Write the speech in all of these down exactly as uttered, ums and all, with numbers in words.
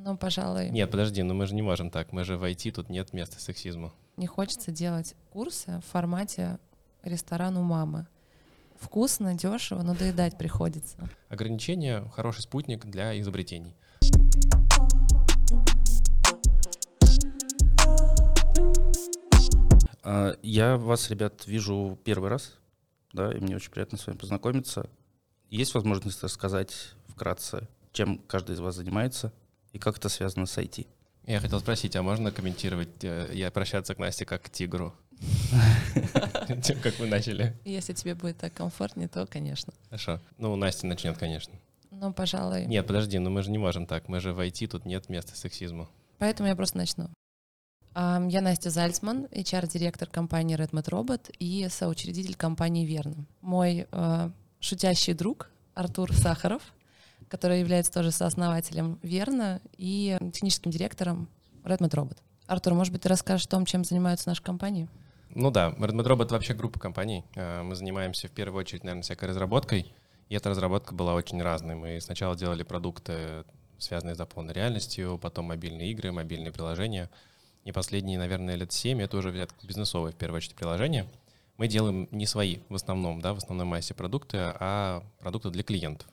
Ну, пожалуй, Нет, подожди, ну мы же не можем так. Мы же в ай ти, тут нет места сексизму. не хочется делать курсы в формате ресторан у мамы. Вкусно, дешево, но доедать приходится. Ограничения — хороший спутник для изобретений. А, Я вас, ребят, вижу первый раз, да, и мне очень приятно с вами познакомиться. Есть возможность рассказать вкратце, чем каждый из вас занимается и как это связано с ай ти? Я хотел спросить, а можно комментировать, э, я обращаться к Насте как к тигру? Тем, как вы начали. Если тебе будет так комфортнее, то, конечно. Хорошо. Ну, Настя начнет, конечно. Ну, пожалуй, Нет, подожди, ну мы же не можем так. Мы же в ай ти, тут нет места сексизму. поэтому я просто начну. Ам, Я Настя Зальцман, эйч ар-директор компании RedMat Robot и соучредитель компании Верна. Мой э, шутящий друг Артур Сахаров, который является тоже сооснователем Верна и техническим директором RedMat Robot. Артур, может быть, ты расскажешь о том, чем занимаются наши компании? Ну да, RedMat Robot — вообще группа компаний. Э, Мы занимаемся в первую очередь, наверное, всякой разработкой. И эта разработка была очень разной. Мы сначала делали продукты, связанные с дополненной реальностью, потом мобильные игры, мобильные приложения. И последние, наверное, лет семь — это уже бизнесовые, в первую очередь, приложения. Мы делаем не свои в основном, да, в основной массе продукты, а продукты для клиентов.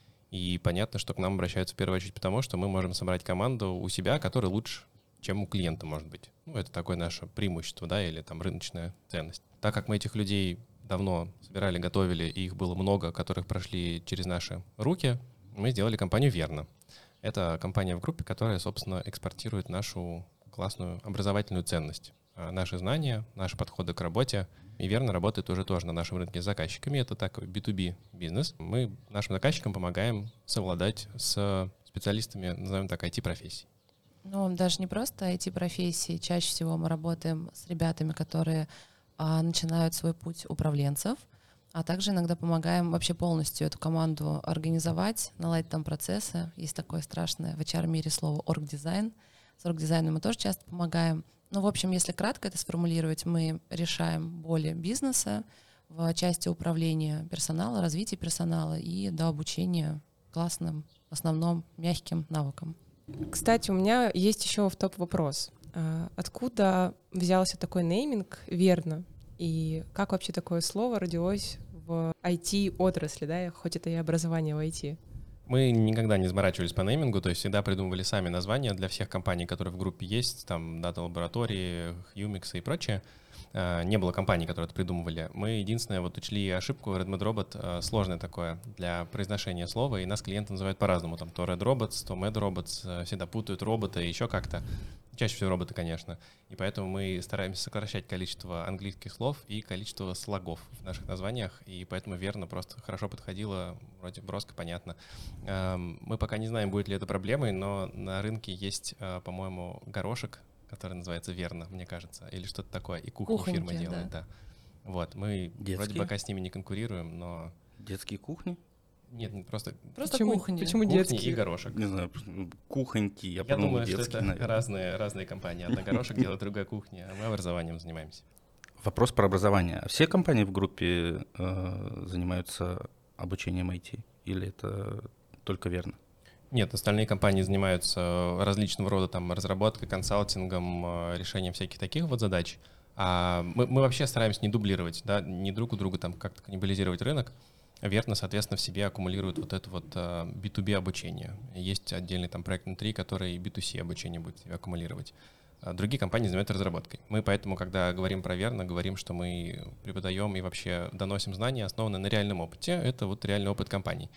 И понятно, что к нам обращаются в первую очередь потому, что мы можем собрать команду у себя, которая лучше, чем у клиента, может быть. Ну, это такое наше преимущество, да, или там рыночная ценность. Так как мы этих людей давно собирали, готовили, и их было много, которых прошли через наши руки, мы сделали компанию Верна. Это компания в группе, которая, собственно, экспортирует нашу классную образовательную ценность. А Наши знания, наши подходы к работе. И Верна работает уже тоже на нашем рынке с заказчиками. Это такой би ту би бизнес. Мы нашим заказчикам помогаем совладать с специалистами, назовем так, ай ти-профессий. Ну, даже не просто ай ти-профессии. Чаще всего мы работаем с ребятами, которые а, начинают свой путь управленцев, а также иногда помогаем вообще полностью эту команду организовать, наладить там процессы. Есть такое страшное в эйч ар-мире слово «оргдизайн». С оргдизайном мы тоже часто помогаем. Ну, в общем, если кратко это сформулировать, мы решаем боли бизнеса в части управления персонала, развития персонала и до обучения классным, в основном мягким навыкам. Кстати, у меня есть еще в топ вопрос. А Откуда взялся такой нейминг «Верно»? И как вообще такое слово родилось в ай ти-отрасли, да, хоть это и образование в ай ти? Мы никогда не заморачивались по неймингу, то есть всегда придумывали сами названия для всех компаний, которые в группе есть, там Data Laboratory, Humix и прочее. А, Не было компаний, которые это придумывали. Мы единственное вот учли ошибку. RedMat Robot а, сложное такое для произношения слова, и нас клиенты называют по-разному. Там то Red Robots, то Mad Robots, а, всегда путают роботы, еще как-то. Чаще всего роботы, конечно. И поэтому мы стараемся сокращать количество английских слов и количество слогов в наших названиях, и поэтому Верно просто хорошо подходило, вроде броско, понятно. Эм, Мы пока не знаем, будет ли это проблемой, но на рынке есть, э, по-моему, горошек, который называется Верно, мне кажется, или что-то такое, и кухню Кухоньки, фирма делает, да. Вот, мы вроде Детские? пока с ними не конкурируем, но Детские кухни? нет, не просто Просто Почему, кухни. почему кухни детские? и горошек. Не знаю, ну, кухоньки, я, Я подумал, думаю, что детские, это наверное. разные, разные компании. Одна горошек делает, другая кухня, а мы образованием занимаемся. Вопрос про образование. А все компании в группе э, занимаются обучением ай ти? Или это только Верно? Нет, остальные компании занимаются различного рода там разработкой, консалтингом, э, решением всяких таких вот задач. А мы, мы вообще стараемся не дублировать, да, не друг у друга там как-то каннибализировать рынок. Верно, соответственно, в себе аккумулирует вот это вот э, би ту би обучение. Есть отдельный там проект внутри, который би ту си обучение будет в себе аккумулировать. А другие компании занимаются разработкой. Мы поэтому, когда говорим про Верно, говорим, что мы преподаем и вообще доносим знания, основанные на реальном опыте. Это вот реальный опыт компаний.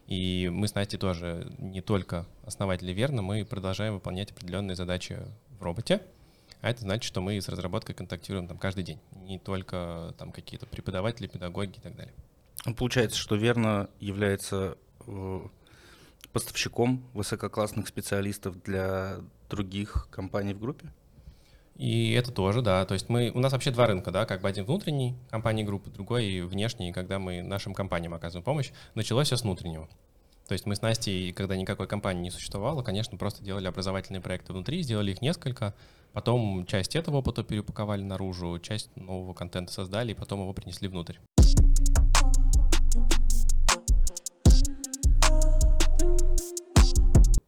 И мы с Настей тоже не только основатели Верно, мы продолжаем выполнять определенные задачи в роботе. А это значит, что мы с разработкой контактируем там каждый день. Не только там какие-то преподаватели, педагоги и так далее. Получается, что Верно является э, поставщиком высококлассных специалистов для других компаний в группе? И это тоже, да. То есть мы, у нас вообще два рынка, да, как бы один внутренний компании группы, другой внешний, когда мы нашим компаниям оказываем помощь. Началось все с внутреннего. То есть мы с Настей, когда никакой компании не существовало, конечно, просто делали образовательные проекты внутри, сделали их несколько, потом часть этого опыта переупаковали наружу, часть нового контента создали, и потом его принесли внутрь.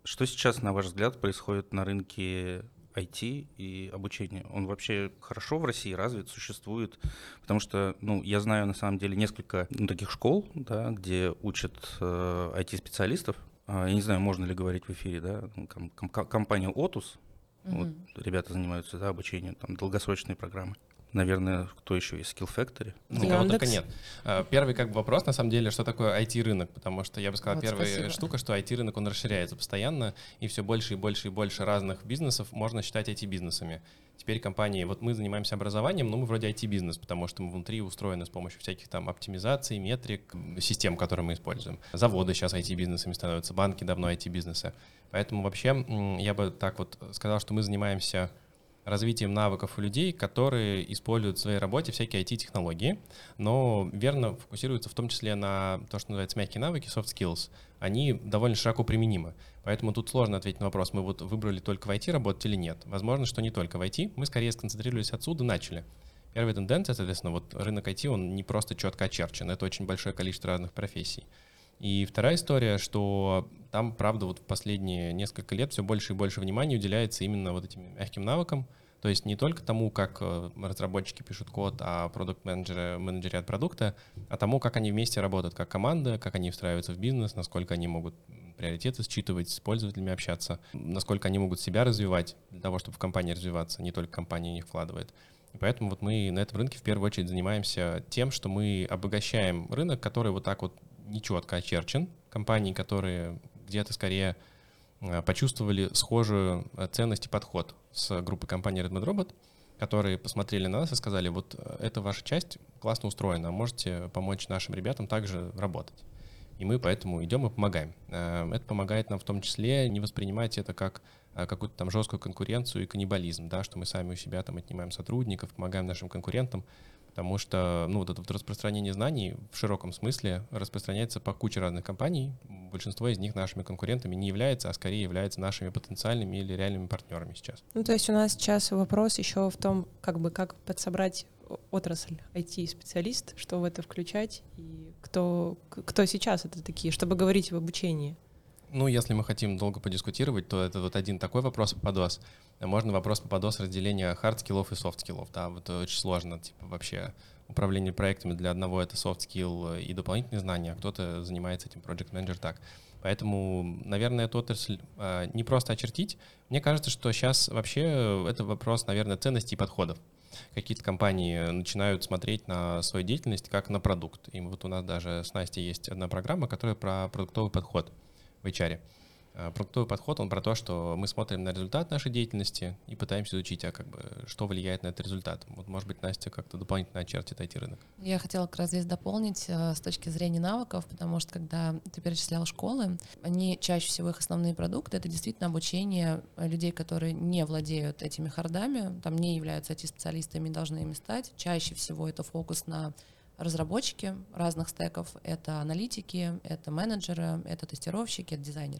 Что сейчас, на ваш взгляд, происходит на рынке ай ти и обучения? Он вообще хорошо в России развит, существует? Потому что, ну, я знаю на самом деле несколько ну, таких школ, да, где учат э, ай ти-специалистов. Э, я не знаю, можно ли говорить в эфире, да, ком- ком- компания Otus, mm-hmm. вот, ребята занимаются да, обучением, там, долгосрочные программы. Наверное, кто еще есть? Skill Factory? Ну, кого только нет. Первый как бы вопрос, на самом деле, что такое ай ти-рынок, потому что я бы сказал, вот, первая спасибо. штука, что ай ти-рынок, он расширяется постоянно, и все больше и больше и больше разных бизнесов можно считать ай ти-бизнесами. Теперь компании, вот мы занимаемся образованием, но мы вроде ай ти-бизнес, потому что мы внутри устроены с помощью всяких там оптимизаций, метрик, систем, которые мы используем. Заводы сейчас ай ти-бизнесами становятся, банки давно ай ти-бизнесы. Поэтому вообще я бы так вот сказал, что мы занимаемся развитием навыков у людей, которые используют в своей работе всякие ай ти-технологии, но верно фокусируются в том числе на то, что называется мягкие навыки, soft skills. Они довольно широко применимы. Поэтому тут сложно ответить на вопрос, мы вот выбрали только в ай ти работать или нет. Возможно, что не только в ай ти. Мы скорее сконцентрировались отсюда, начали. Первая тенденция, соответственно, вот рынок ай ти, он не просто четко очерчен, это очень большое количество разных профессий. И вторая история, что там, правда, вот в последние несколько лет все больше и больше внимания уделяется именно вот этим мягким навыкам, то есть не только тому, как разработчики пишут код, а продукт-менеджеры менеджерят продукта, а тому, как они вместе работают, как команда, как они встраиваются в бизнес, насколько они могут приоритеты считывать, с пользователями общаться, насколько они могут себя развивать для того, чтобы в компании развиваться, не только компания в них вкладывает. И поэтому вот мы на этом рынке в первую очередь занимаемся тем, что мы обогащаем рынок, который вот так вот нечетко очерчен, компании, которые где-то скорее почувствовали схожую ценность и подход с группой компаний Red Mad Robot, которые посмотрели на нас и сказали, вот эта ваша часть классно устроена, можете помочь нашим ребятам также работать. И мы поэтому идем и помогаем. Это помогает нам в том числе не воспринимать это как какую-то там жесткую конкуренцию и каннибализм, да, что мы сами у себя там отнимаем сотрудников, помогаем нашим конкурентам, потому что ну, вот это вот распространение знаний в широком смысле распространяется по куче разных компаний. Большинство из них нашими конкурентами не является, а скорее являются нашими потенциальными или реальными партнерами сейчас. Ну, то есть у нас сейчас вопрос еще в том, как бы как подсобрать отрасль ай ти-специалист, что в это включать, и кто, кто сейчас это такие, чтобы говорить в обучении. Ну, если мы хотим долго подискутировать, то это вот один такой вопрос попадос. Можно вопрос попадос разделения хард-скиллов и софт-скиллов. Да, вот очень сложно, типа, вообще управление проектами для одного это софт-скилл и дополнительные знания, а кто-то занимается этим project manager так. Поэтому, наверное, эту отрасль э, не просто очертить. Мне кажется, что сейчас вообще это вопрос, наверное, ценностей и подходов. Какие-то компании начинают смотреть на свою деятельность как на продукт. И вот у нас даже с Настей есть одна программа, которая про продуктовый подход в эйч ар. Продуктовый подход, он про то, что мы смотрим на результат нашей деятельности и пытаемся изучить, а как бы, что влияет на этот результат. Вот, может быть, Настя как-то дополнительно очертит ай ти-рынок. Я хотела как раз здесь дополнить э, с точки зрения навыков, потому что, когда ты перечислял школы, они чаще всего, их основные продукты — это действительно обучение людей, которые не владеют этими хардами, там не являются ай ти-специалистами, должны ими стать. Чаще всего это фокус на разработчики разных стеков, это аналитики, это менеджеры, это тестировщики, это дизайнеры.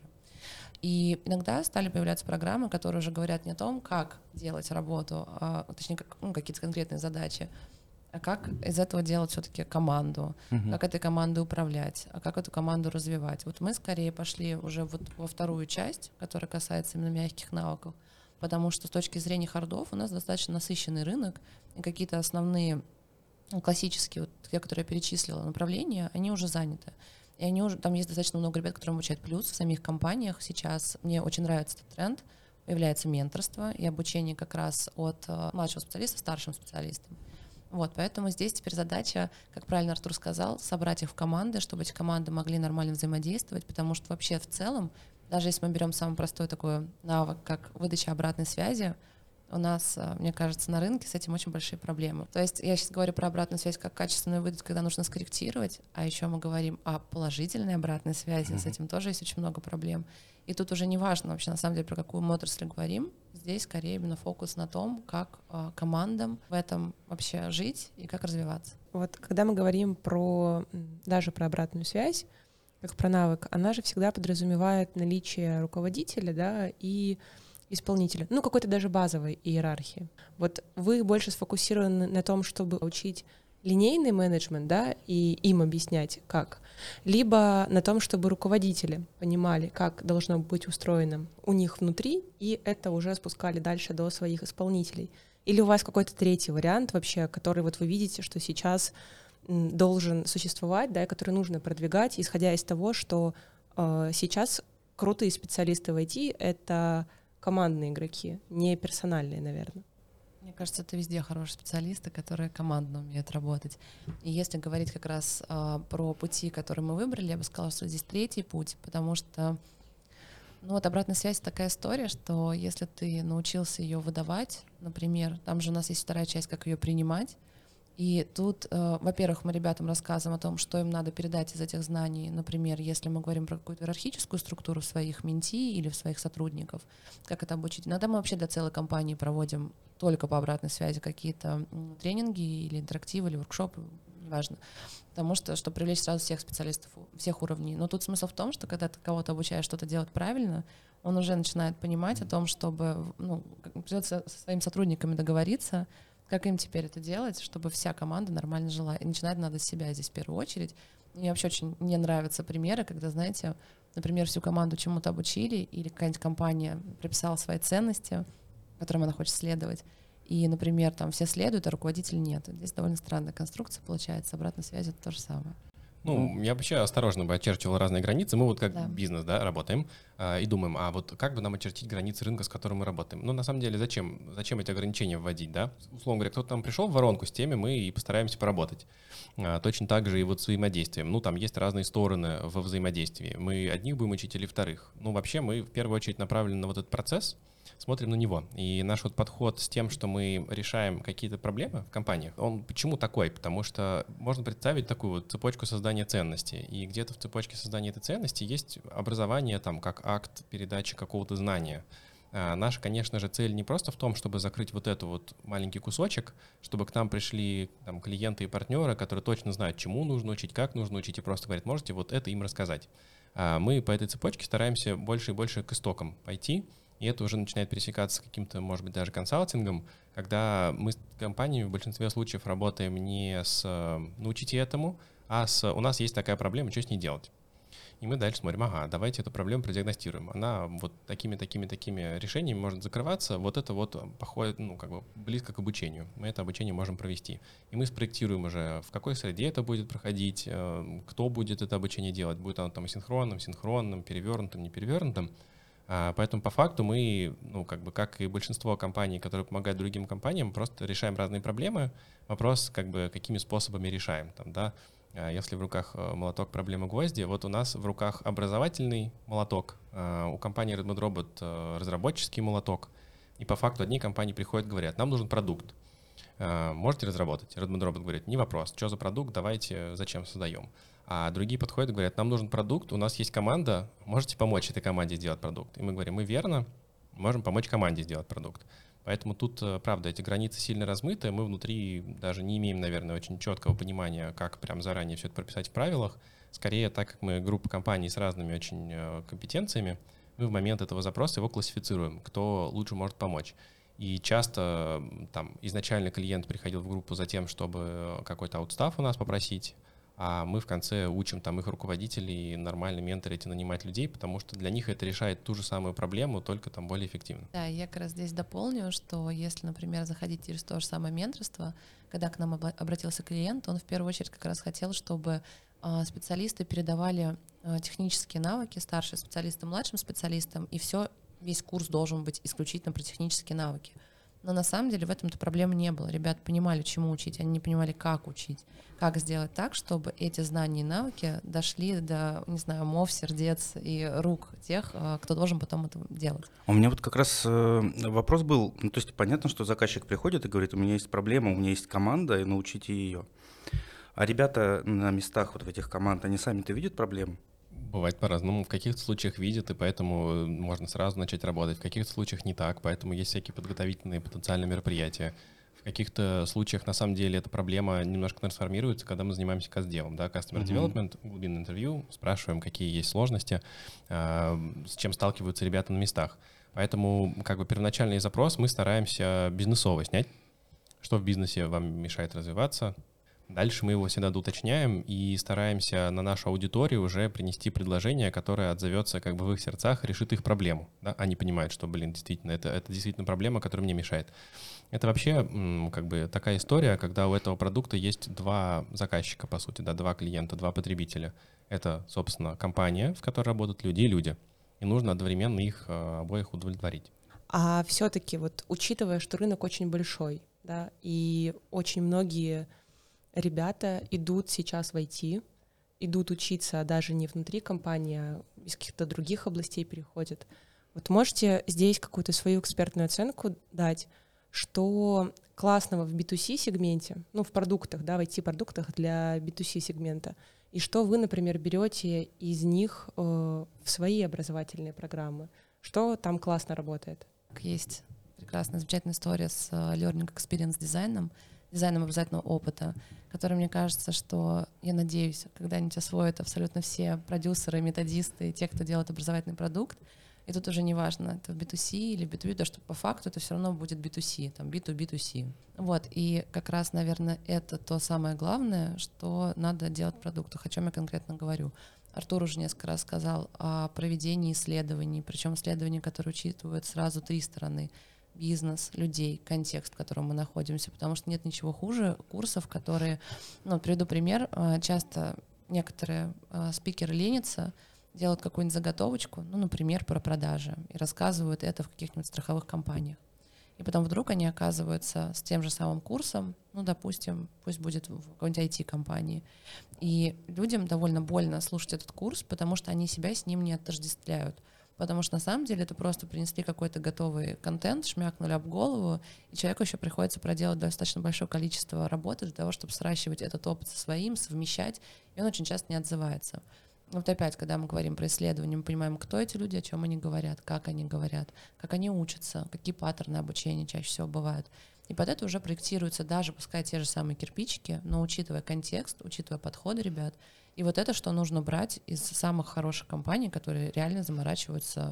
И иногда стали появляться программы, которые уже говорят не о том, как делать работу, а, точнее, как, ну, какие-то конкретные задачи, а как из этого делать все-таки команду, uh-huh. как этой командой управлять, а как эту команду развивать. Вот мы скорее пошли уже вот во вторую часть, которая касается именно мягких навыков, потому что с точки зрения хардов у нас достаточно насыщенный рынок, и какие-то основные классические, вот те, которые я перечислила, направления, они уже заняты. И они уже, там есть достаточно много ребят, которые обучают. Плюс в самих компаниях сейчас мне очень нравится этот тренд, появляется менторство и обучение как раз от uh, младшего специалиста старшим специалистам. Вот, поэтому здесь теперь задача, как правильно Артур сказал, собрать их в команды, чтобы эти команды могли нормально взаимодействовать, потому что вообще в целом, даже если мы берем самый простой такой навык, как выдача обратной связи, у нас, мне кажется, на рынке с этим очень большие проблемы. То есть я сейчас говорю про обратную связь как качественную выдать, когда нужно скорректировать, а еще мы говорим о положительной обратной связи, mm-hmm. с этим тоже есть очень много проблем. И тут уже не важно вообще, на самом деле, про какую мы отрасль говорим. Здесь скорее именно фокус на том, как э, командам в этом вообще жить и как развиваться. Вот когда мы говорим про даже про обратную связь, как про навык, она же всегда подразумевает наличие руководителя, да, и исполнителя, ну, какой-то даже базовой иерархии. Вот вы больше сфокусированы на том, чтобы учить линейный менеджмент, да, и им объяснять, как, либо на том, чтобы руководители понимали, как должно быть устроено у них внутри, и это уже спускали дальше до своих исполнителей. Или у вас какой-то третий вариант вообще, который вот вы видите, что сейчас должен существовать, да, и который нужно продвигать, исходя из того, что э, сейчас крутые специалисты в ай ти — это командные игроки, не персональные, наверное. Мне кажется, это везде хорошие специалисты, которые командно умеют работать. И если говорить как раз э, про пути, которые мы выбрали, я бы сказала, что здесь третий путь, потому что ну вот обратная связь — такая история, что если ты научился ее выдавать, например, там же у нас есть вторая часть, как ее принимать, и тут, э, во-первых, мы ребятам рассказываем о том, что им надо передать из этих знаний. Например, если мы говорим про какую-то иерархическую структуру в своих менти или в своих сотрудников, как это обучить. Иногда мы вообще для целой компании проводим только по обратной связи какие-то тренинги или интерактивы, или воркшопы, неважно. Потому что, чтобы привлечь сразу всех специалистов всех уровней. Но тут смысл в том, что когда ты кого-то обучаешь что-то делать правильно, он уже начинает понимать о том, чтобы, ну, придется со своими сотрудниками договориться, как им теперь это делать, чтобы вся команда нормально жила. И начинать надо с себя здесь в первую очередь. Мне вообще очень не нравятся примеры, когда, знаете, например, всю команду чему-то обучили, или какая-нибудь компания прописала свои ценности, которым она хочет следовать, и, например, там все следуют, а руководитель нет. Здесь довольно странная конструкция получается, обратная связь — это то же самое. Ну, я вообще осторожно бы очерчивал разные границы. Мы вот как Да. бизнес, да, работаем э, и думаем, а вот как бы нам очертить границы рынка, с которым мы работаем? Ну, на самом деле, зачем? Зачем эти ограничения вводить, да? Условно говоря, кто-то там пришел в воронку с теми, мы и постараемся поработать. А, точно так же и вот с взаимодействием. Ну, там есть разные стороны во взаимодействии. Мы одних будем учить или вторых. Ну, вообще, мы в первую очередь направлены на вот этот процесс, смотрим на него. И наш вот подход с тем, что мы решаем какие-то проблемы в компаниях, он почему такой? Потому что можно представить такую вот цепочку создания ценностей. И где-то в цепочке создания этой ценности есть образование там как акт передачи какого-то знания. А наша, конечно же, цель не просто в том, чтобы закрыть вот этот вот маленький кусочек, чтобы к нам пришли там клиенты и партнеры, которые точно знают, чему нужно учить, как нужно учить, и просто говорят, можете вот это им рассказать. А мы по этой цепочке стараемся больше и больше к истокам пойти. И это уже начинает пересекаться с каким-то, может быть, даже консалтингом, когда мы с компаниями в большинстве случаев работаем не с «научите этому», а с «у нас есть такая проблема, что с ней делать?». И мы дальше смотрим, ага, давайте эту проблему продиагностируем. Она вот такими-такими-такими решениями может закрываться, вот это вот походит, ну, как бы близко к обучению. Мы это обучение можем провести. И мы спроектируем уже, в какой среде это будет проходить, кто будет это обучение делать, будет оно там асинхронным, синхронным, перевернутым, неперевернутым. Поэтому по факту мы, ну, как бы, как и большинство компаний, которые помогают другим компаниям, просто решаем разные проблемы. Вопрос, как бы, какими способами решаем. Там, да? Если в руках молоток, проблема, гвозди, вот у нас в руках образовательный молоток, у компании Redmond Robot разработческий молоток. И по факту одни компании приходят и говорят, нам нужен продукт. Можете разработать? Redmond Robot говорит, не вопрос, что за продукт, давайте, зачем создаем. А другие подходят и говорят, нам нужен продукт, у нас есть команда, можете помочь этой команде сделать продукт? И мы говорим, мы верно, можем помочь команде сделать продукт. Поэтому тут, правда, эти границы сильно размыты, мы внутри даже не имеем, наверное, очень четкого понимания, как прям заранее все это прописать в правилах. Скорее, так как мы группа компаний с разными очень компетенциями, мы в момент этого запроса его классифицируем, кто лучше может помочь. И часто там изначально клиент приходил в группу за тем, чтобы какой-то аутстаф у нас попросить, а мы в конце учим там их руководителей нормально менторить и нанимать людей, потому что для них это решает ту же самую проблему, только там более эффективно. Да, я как раз здесь дополню, что если, например, заходить через то же самое менторство, когда к нам обратился клиент, он в первую очередь как раз хотел, чтобы э, специалисты передавали э, технические навыки старшим специалистам, младшим специалистам, и все, весь курс должен быть исключительно про технические навыки. Но на самом деле в этом-то проблемы не было. Ребята понимали, чему учить, они не понимали, как учить, как сделать так, чтобы эти знания и навыки дошли до, не знаю, умов, сердец и рук тех, кто должен потом это делать. У меня вот как раз вопрос был, ну, то есть понятно, что заказчик приходит и говорит, у меня есть проблема, у меня есть команда, и научите ее. А ребята на местах вот в этих команд, они сами-то видят проблему? Бывает по-разному. В каких-то случаях видят, и поэтому можно сразу начать работать. В каких-то случаях не так, поэтому есть всякие подготовительные потенциальные мероприятия. В каких-то случаях, на самом деле, эта проблема немножко трансформируется, когда мы занимаемся каздевом, да, Customer mm-hmm. Development, глубинное интервью, спрашиваем, какие есть сложности, с чем сталкиваются ребята на местах. Поэтому, как бы, первоначальный запрос мы стараемся бизнесово снять, что в бизнесе вам мешает развиваться, Дальше мы его всегда доуточняем и стараемся на нашу аудиторию уже принести предложение, которое отзовется как бы в их сердцах, решит их проблему. Да? Они понимают, что, блин, действительно, это, это действительно проблема, которая мне мешает. Это вообще м, как бы такая история, когда у этого продукта есть два заказчика, по сути, да, два клиента, два потребителя. Это, собственно, компания, в которой работают люди, и люди. И нужно одновременно их э, обоих удовлетворить. А все-таки вот учитывая, что рынок очень большой, да, и очень многие ребята идут сейчас в ай ти, идут учиться даже не внутри компании, а из каких-то других областей переходят. Вот можете здесь какую-то свою экспертную оценку дать, что классного в би ту си сегменте, ну, в продуктах, да, в ай ти-продуктах для би ту си сегмента, и что вы, например, берете из них э, в свои образовательные программы? Что там классно работает? Есть прекрасная, замечательная история с Learning Experience дизайном, дизайном образовательного опыта, который, мне кажется, что, я надеюсь, когда-нибудь освоят абсолютно все продюсеры, методисты, те, кто делает образовательный продукт. И тут уже не важно, это в би ту си или в би ту би, потому что по факту это все равно будет би ту си, там би ту би ту си. Вот, и как раз, наверное, это то самое главное, что надо делать в продуктах, о чем я конкретно говорю. Артур уже несколько раз сказал о проведении исследований, причем исследований, которые учитывают сразу три стороны: бизнес, людей, контекст, в котором мы находимся, потому что нет ничего хуже курсов, которые, ну, приведу пример, часто некоторые спикеры ленятся, делают какую-нибудь заготовочку, ну, например, про продажи, и рассказывают это в каких-нибудь страховых компаниях. И потом вдруг они оказываются с тем же самым курсом, ну, допустим, пусть будет в какой-нибудь ай ти-компании. И людям довольно больно слушать этот курс, потому что они себя с ним не отождествляют. Потому что на самом деле это просто принесли какой-то готовый контент, шмякнули об голову, и человеку еще приходится проделать достаточно большое количество работы для того, чтобы сращивать этот опыт со своим, совмещать, и он очень часто не отзывается. Вот опять, когда мы говорим про исследования, мы понимаем, кто эти люди, о чем они говорят, как они говорят, как они учатся, какие паттерны обучения чаще всего бывают. И под это уже проектируются даже, пускай те же самые кирпичики, но учитывая контекст, учитывая подходы ребят. И вот это, что нужно брать из самых хороших компаний, которые реально заморачиваются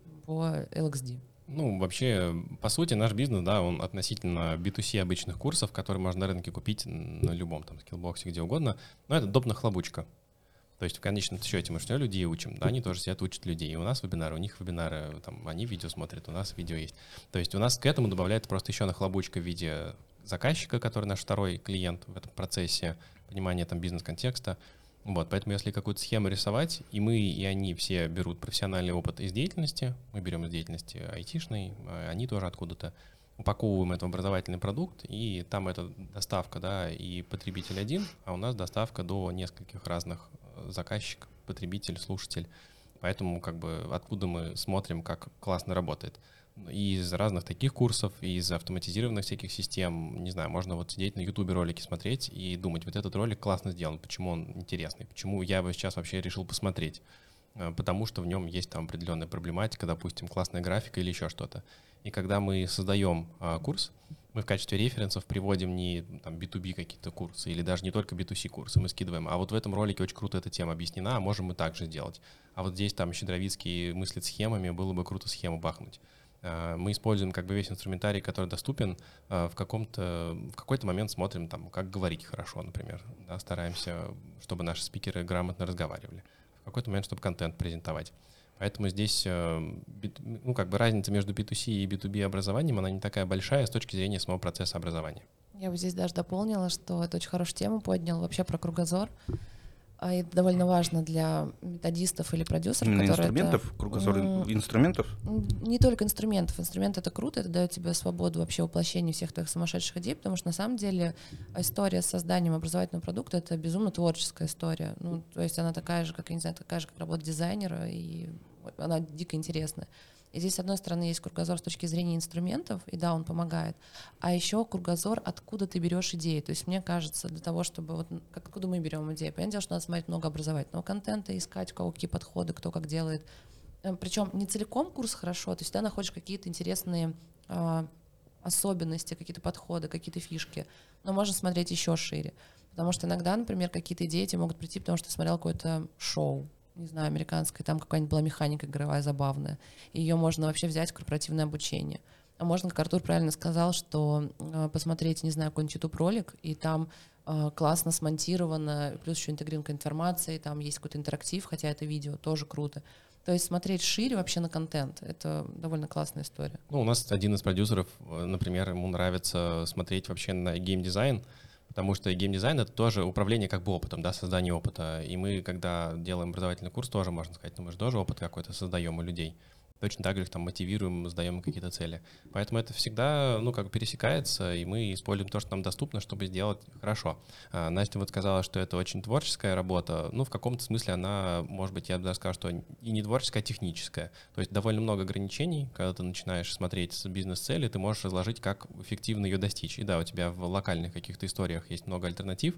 по эл экс ди. Ну, вообще, по сути, наш бизнес, да, он относительно би ту си обычных курсов, которые можно на рынке купить на любом там скиллбоксе, где угодно, но это доп. Нахлобучка. То есть в конечном счете мы что людей учим, да, они тоже сидят, учат людей. И у нас вебинары, у них вебинары, там, они видео смотрят, у нас видео есть. То есть у нас к этому добавляется просто еще нахлобучка в виде заказчика, который наш второй клиент в этом процессе, понимание там бизнес-контекста. Вот, поэтому если какую-то схему рисовать, и мы, и они все берут профессиональный опыт из деятельности, мы берем из деятельности айтишной, они тоже откуда-то, упаковываем это в образовательный продукт, и там это доставка, да, и потребитель один, а у нас доставка до нескольких разных заказчик, потребитель, слушатель. Поэтому как бы откуда мы смотрим, как классно работает. И из разных таких курсов, и из автоматизированных всяких систем, не знаю, можно вот сидеть на ютубе ролики смотреть и думать, вот этот ролик классно сделан, почему он интересный, почему я его сейчас вообще решил посмотреть. Потому что в нем есть там определенная проблематика, допустим, классная графика или еще что-то. И когда мы создаем а, курс, мы в качестве референсов приводим не там, би ту би какие-то курсы или даже не только би ту си курсы, мы скидываем, а вот в этом ролике очень круто эта тема объяснена, а можем мы так же сделать. А вот здесь там Щедровицкий мыслит схемами, было бы круто схему бахнуть. А, мы используем как бы весь инструментарий, который доступен, а, в, каком-то, в какой-то момент смотрим, там, как говорить хорошо, например. Да, стараемся, чтобы наши спикеры грамотно разговаривали. В какой-то момент, чтобы контент презентовать. Поэтому здесь ну, как бы разница между би ту си и би ту би образованием, она не такая большая с точки зрения самого процесса образования. Я бы здесь даже дополнила, что это очень хорошую тему поднял вообще про кругозор. А это довольно важно для методистов или продюсеров, Именно которые инструментов? Это, Кругозор м- инструментов? Не только инструментов. Инструмент — это круто, это дает тебе свободу вообще воплощения всех твоих сумасшедших идей, потому что на самом деле история с созданием образовательного продукта — это безумно творческая история. Ну, то есть она такая же, как, я не знаю, такая же, как работа дизайнера, и она дико интересная. И здесь, с одной стороны, есть кругозор с точки зрения инструментов, и да, он помогает, а еще кругозор, откуда ты берешь идеи. То есть мне кажется, для того, чтобы... Вот, как, откуда мы берем идеи? Понятное дело, что надо смотреть много образовательного контента, искать, у кого какие подходы, кто как делает. Причем не целиком курс хорошо, то есть ты находишь какие-то интересные э, особенности, какие-то подходы, какие-то фишки, но можно смотреть еще шире. Потому что иногда, например, какие-то идеи тебе могут прийти, потому что ты смотрел какое-то шоу, не знаю, американское, там какая-нибудь была механика игровая забавная, и ее можно вообще взять в корпоративное обучение. А можно, как Артур правильно сказал, что э, посмотреть, не знаю, какой-нибудь YouTube-ролик, и там э, классно смонтировано, плюс еще интегрирована информация, и там есть какой-то интерактив, хотя это видео, тоже круто. То есть смотреть шире вообще на контент — это довольно классная история. Ну, у нас один из продюсеров, например, ему нравится смотреть вообще на геймдизайн, потому что геймдизайн — это тоже управление как бы опытом, да, создание опыта. И мы, когда делаем образовательный курс, тоже, можно сказать, ну, мы же тоже опыт какой-то создаем у людей. Точно так же их там мотивируем, сдаем какие-то цели. Поэтому это всегда, ну, как бы пересекается, и мы используем то, что нам доступно, чтобы сделать хорошо. А, Настя вот сказала, что это очень творческая работа. Ну, в каком-то смысле она, может быть, я бы даже сказал, что и не творческая, а техническая. То есть довольно много ограничений. Когда ты начинаешь смотреть с бизнес-цели, ты можешь разложить, как эффективно ее достичь. И да, у тебя в локальных каких-то историях есть много альтернатив,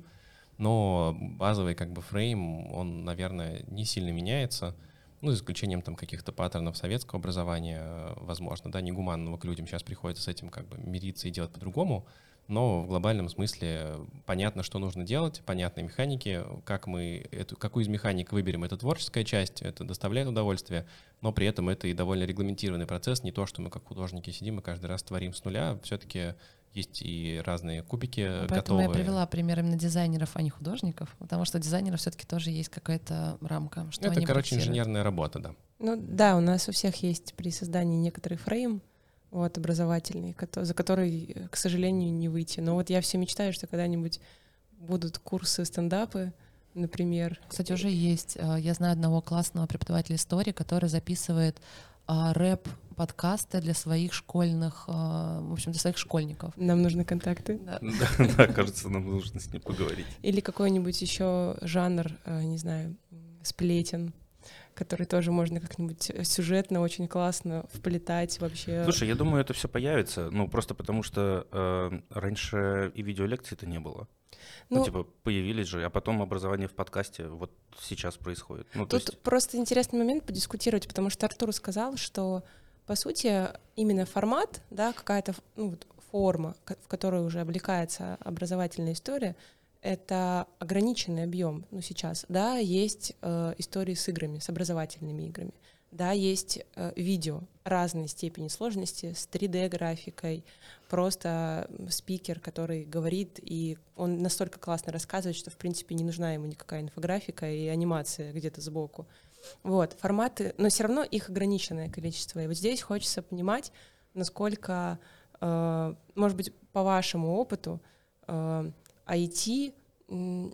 но базовый как бы фрейм, он, наверное, не сильно меняется. Ну, за исключением там каких-то паттернов советского образования, возможно, да, негуманного к людям. Сейчас приходится с этим как бы мириться и делать по-другому, но в глобальном смысле понятно, что нужно делать, понятны механики, как мы эту, какую из механик выберем, это творческая часть, это доставляет удовольствие, но при этом это и довольно регламентированный процесс, не то, что мы как художники сидим и каждый раз творим с нуля, все-таки есть и разные кубики Поэтому готовые. я привела пример именно дизайнеров, а не художников, потому что у дизайнеров все-таки тоже есть какая-то рамка, что Это, они короче, проектируют. инженерная работа, да. Ну да, у нас у всех есть при создании некоторый фрейм, вот, образовательный, кото- за который, к сожалению, не выйти. Но вот я все мечтаю, что когда-нибудь будут курсы стендапы, например. Кстати, уже есть. э, Я знаю одного классного преподавателя истории, который записывает а, рэп-подкасты для своих школьных, а, в общем, для своих школьников. Нам нужны контакты. Да. Да, да, кажется, нам нужно с ним поговорить. Или какой-нибудь еще жанр, э, не знаю, сплетен, который тоже можно как-нибудь сюжетно очень классно вплетать вообще. Слушай, я думаю, это все появится, ну, просто потому что э, раньше и видеолекций-то не было. Ну, Ну, типа, появились же, а потом образование в подкасте вот сейчас происходит. Ну, то Тут есть, просто интересный момент подискутировать, потому что Артур сказал, что, по сути, именно формат, да, какая-то ну, вот форма, ко- в которую уже облекается образовательная история, это ограниченный объем. Ну, сейчас, да, есть э, истории с играми, с образовательными играми. Да, есть э, видео разной степени сложности с три дэ-графикой, просто спикер, который говорит, и он настолько классно рассказывает, что, в принципе, не нужна ему никакая инфографика и анимация где-то сбоку. Вот, форматы, но все равно их ограниченное количество. И вот здесь хочется понимать, насколько, э, может быть, по вашему опыту, э, ай ти м,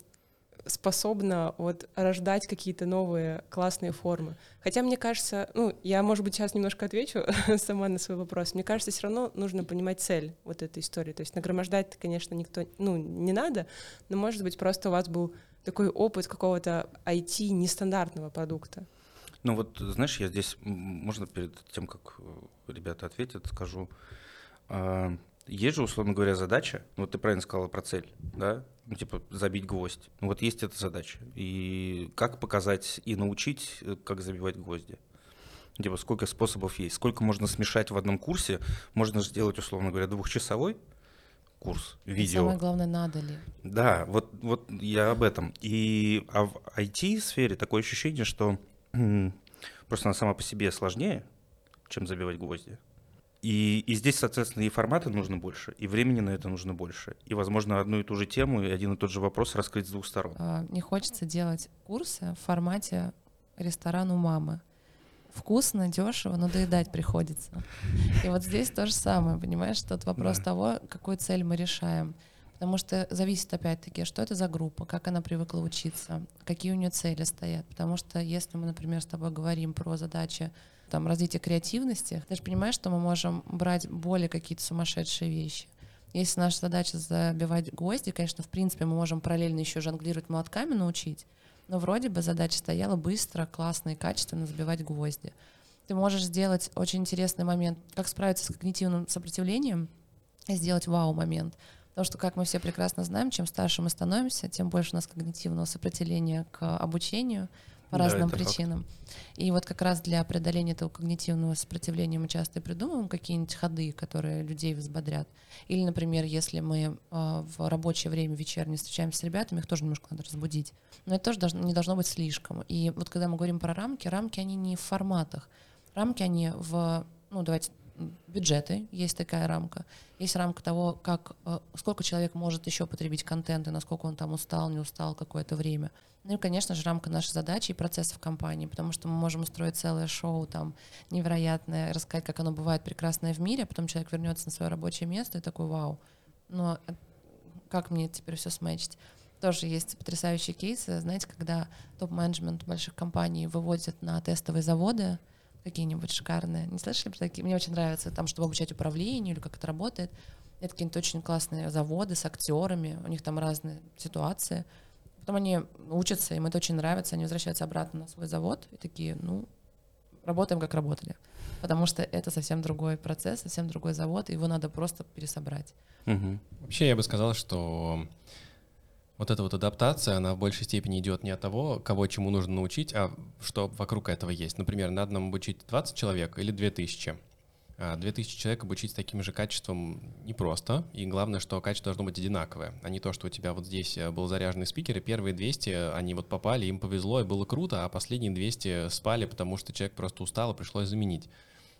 способна вот рождать какие-то новые классные формы. Хотя мне кажется, ну, я, может быть, сейчас немножко отвечу сама на свой вопрос. Мне кажется, все равно нужно понимать цель вот этой истории. То есть нагромождать, конечно, никто, ну, не надо, но, может быть, просто у вас был такой опыт какого-то ай ти нестандартного продукта. ну вот, знаешь, я здесь, м, можно перед тем, как э, ребята ответят, скажу, а, есть же, условно говоря, задача, ну, вот ты правильно сказала про цель, да, ну, типа забить гвоздь. Ну, вот есть эта задача. И как показать и научить, э, как забивать гвозди? Типа сколько способов есть, сколько можно смешать в одном курсе, можно же сделать, условно говоря, двухчасовой курс, И видео. самое главное, надо ли. Да, вот, вот я об этом. И а в ай ти-сфере такое ощущение, что м, просто она сама по себе сложнее, чем забивать гвозди. И, и здесь, соответственно, и формата нужно больше, и времени на это нужно больше. И, возможно, одну и ту же тему и один и тот же вопрос раскрыть с двух сторон. А, Не хочется делать курсы в формате ресторан у мамы. Вкусно, дешево, но доедать приходится. И вот здесь то же самое, понимаешь, тот вопрос Да. того, какую цель мы решаем. Потому что зависит, опять-таки, что это за группа, как она привыкла учиться, какие у нее цели стоят. Потому что если мы, например, с тобой говорим про задачи там, развития креативности, ты же понимаешь, что мы можем брать более какие-то сумасшедшие вещи. Если наша задача забивать гвозди, конечно, в принципе, мы можем параллельно еще жонглировать молотками, научить, но вроде бы задача стояла быстро, классно и качественно забивать гвозди. Ты можешь сделать очень интересный момент, как справиться с когнитивным сопротивлением и сделать вау-момент. Потому что, как мы все прекрасно знаем, чем старше мы становимся, тем больше у нас когнитивного сопротивления к обучению по Да, разным это факт. причинам. И вот как раз для преодоления этого когнитивного сопротивления мы часто и придумываем какие-нибудь ходы, которые людей взбодрят. Или, например, если мы э, в рабочее время вечернее встречаемся с ребятами, их тоже немножко надо разбудить. Но это тоже должно, не должно быть слишком. И вот когда мы говорим про рамки, рамки, они не в форматах. Рамки, они в, ну, давайте бюджеты, есть такая рамка, есть рамка того, как, сколько человек может еще потребить контент и насколько он там устал, не устал какое-то время. Ну и, конечно же, рамка нашей задачи и процессов компании, потому что мы можем устроить целое шоу там невероятное, рассказать, как оно бывает прекрасное в мире, а потом человек вернется на свое рабочее место и такой: вау, но как мне теперь все сметчить? Тоже есть потрясающие кейсы, знаете, когда топ-менеджмент больших компаний выводят на тестовые заводы, какие-нибудь шикарные. Не слышали про такие? Мне очень нравится, там, чтобы обучать управлению или как это работает. Это какие-нибудь очень классные заводы с актерами, у них там разные ситуации. Потом они учатся, им это очень нравится, они возвращаются обратно на свой завод и такие: ну, работаем как работали. Потому что это совсем другой процесс, совсем другой завод, и его надо просто пересобрать. Угу. Вообще я бы сказал, что вот эта вот адаптация, она в большей степени идет не от того, кого чему нужно научить, а что вокруг этого есть. Например, надо нам обучить двадцать человек или две тысячи. две тысячи человек обучить с таким же качеством непросто, и главное, что качество должно быть одинаковое, а не то, что у тебя вот здесь был заряженный спикер, и первые двести, они вот попали, им повезло, и было круто, а последние двести спали, потому что человек просто устал, и пришлось заменить.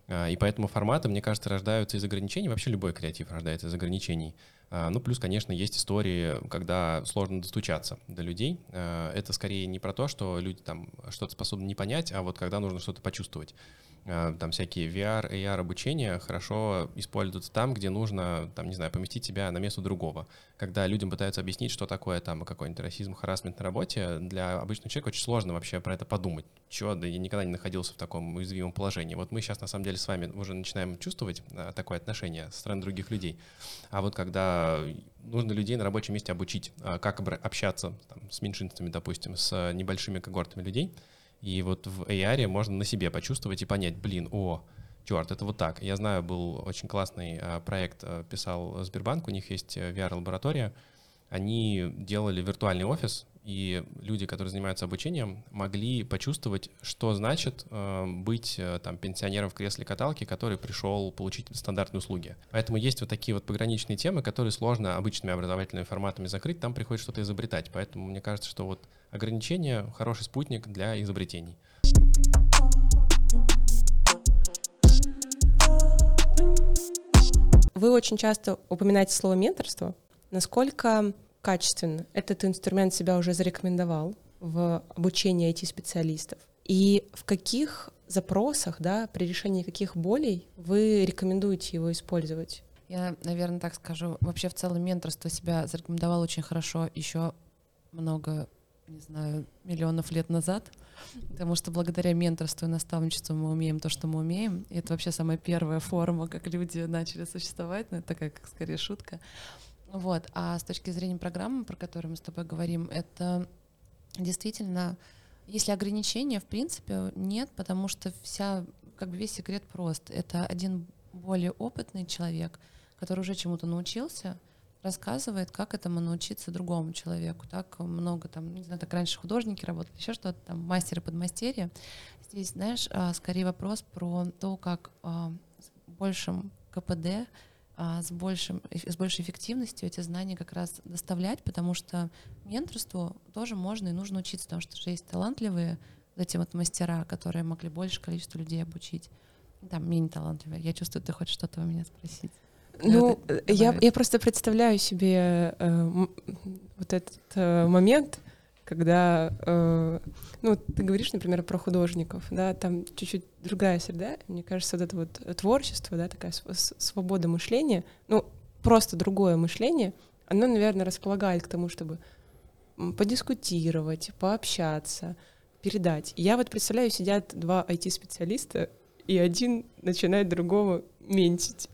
И поэтому форматы, мне кажется, рождаются из ограничений. Вообще любой креатив рождается из ограничений. Ну, плюс, конечно, есть истории, когда сложно достучаться до людей. Это скорее не про то, что люди там что-то способны не понять, а вот когда нужно что-то почувствовать. Там всякие ви ар, эй ар обучения хорошо используются там, где нужно, там, не знаю, поместить себя на место другого. Когда людям пытаются объяснить, что такое там какой-нибудь расизм, харассмент на работе, для обычного человека очень сложно вообще про это подумать. Чего, да я никогда не находился в таком уязвимом положении. Вот мы сейчас, на самом деле, с вами уже начинаем чувствовать такое отношение со стороны других людей. А вот когда нужно людей на рабочем месте обучить, как общаться там, с меньшинствами, допустим, с небольшими когортами людей, и вот в эй ар можно на себе почувствовать и понять: блин, о, черт, это вот так. Я знаю, был очень классный а, проект, а, писал Сбербанк, у них есть ви ар-лаборатория. Они делали виртуальный офис, и люди, которые занимаются обучением, могли почувствовать, что значит э, быть э, там, пенсионером в кресле каталки, который пришел получить стандартные услуги. Поэтому есть вот такие вот пограничные темы, которые сложно обычными образовательными форматами закрыть, там приходится что-то изобретать. Поэтому мне кажется, что вот ограничения — хороший спутник для изобретений. Вы очень часто упоминаете слово «менторство». Насколько качественно этот инструмент себя уже зарекомендовал в обучении ай ти-специалистов? И в каких запросах, да, при решении каких болей вы рекомендуете его использовать? Я, наверное, так скажу. Вообще в целом менторство себя зарекомендовало очень хорошо еще много, не знаю, миллионов лет назад, потому что благодаря менторству и наставничеству мы умеем то, что мы умеем. И это вообще самая первая форма, как люди начали существовать, но это такая, как скорее шутка. Вот. А с точки зрения программы, про которую мы с тобой говорим, это действительно, если ограничения, в принципе, нет, потому что вся, как бы весь секрет прост. Это один более опытный человек, который уже чему-то научился, рассказывает, как этому научиться другому человеку. Так много там, не знаю, так раньше художники работали, еще что-то там, мастеры, подмастерья. Здесь, знаешь, скорее вопрос про то, как с большим ка пэ дэ, с, большим, с большей эффективностью эти знания как раз доставлять, потому что менторству тоже можно и нужно учиться, потому что же есть талантливые эти вот мастера, которые могли больше количество людей обучить. Там менее талантливые. Я чувствую, ты хочешь что-то у меня спросить. Ну, я, я просто представляю себе э, вот этот э, момент, когда, э, ну, ты говоришь, например, про художников, да, там чуть-чуть другая среда, мне кажется, вот это вот творчество, да, такая свобода мышления, ну, просто другое мышление, оно, наверное, располагает к тому, чтобы подискутировать, пообщаться, передать. Я вот представляю, сидят два ай ти-специалиста, и один начинает другого ментить.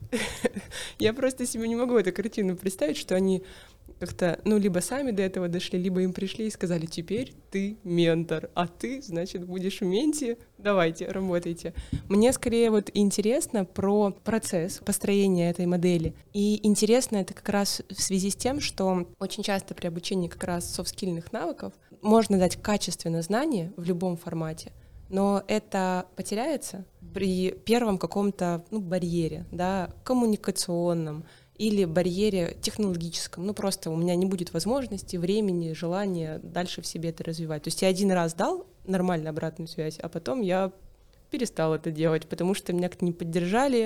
Я просто себе не могу эту картину представить, что они как-то, ну, либо сами до этого дошли, либо им пришли и сказали: теперь ты ментор, а ты, значит, будешь в менте, давайте, работайте. Мне скорее вот интересно про процесс построения этой модели. И интересно это как раз в связи с тем, что очень часто при обучении как раз софт-скильных навыков можно дать качественное знание в любом формате, но это потеряется при первом каком-то, ну, барьере, да, коммуникационном или барьере технологическом. Ну, просто у меня не будет возможности, времени, желания дальше в себе это развивать. То есть я один раз дал нормальную обратную связь, а потом я перестал это делать, потому что меня как-то не поддержали,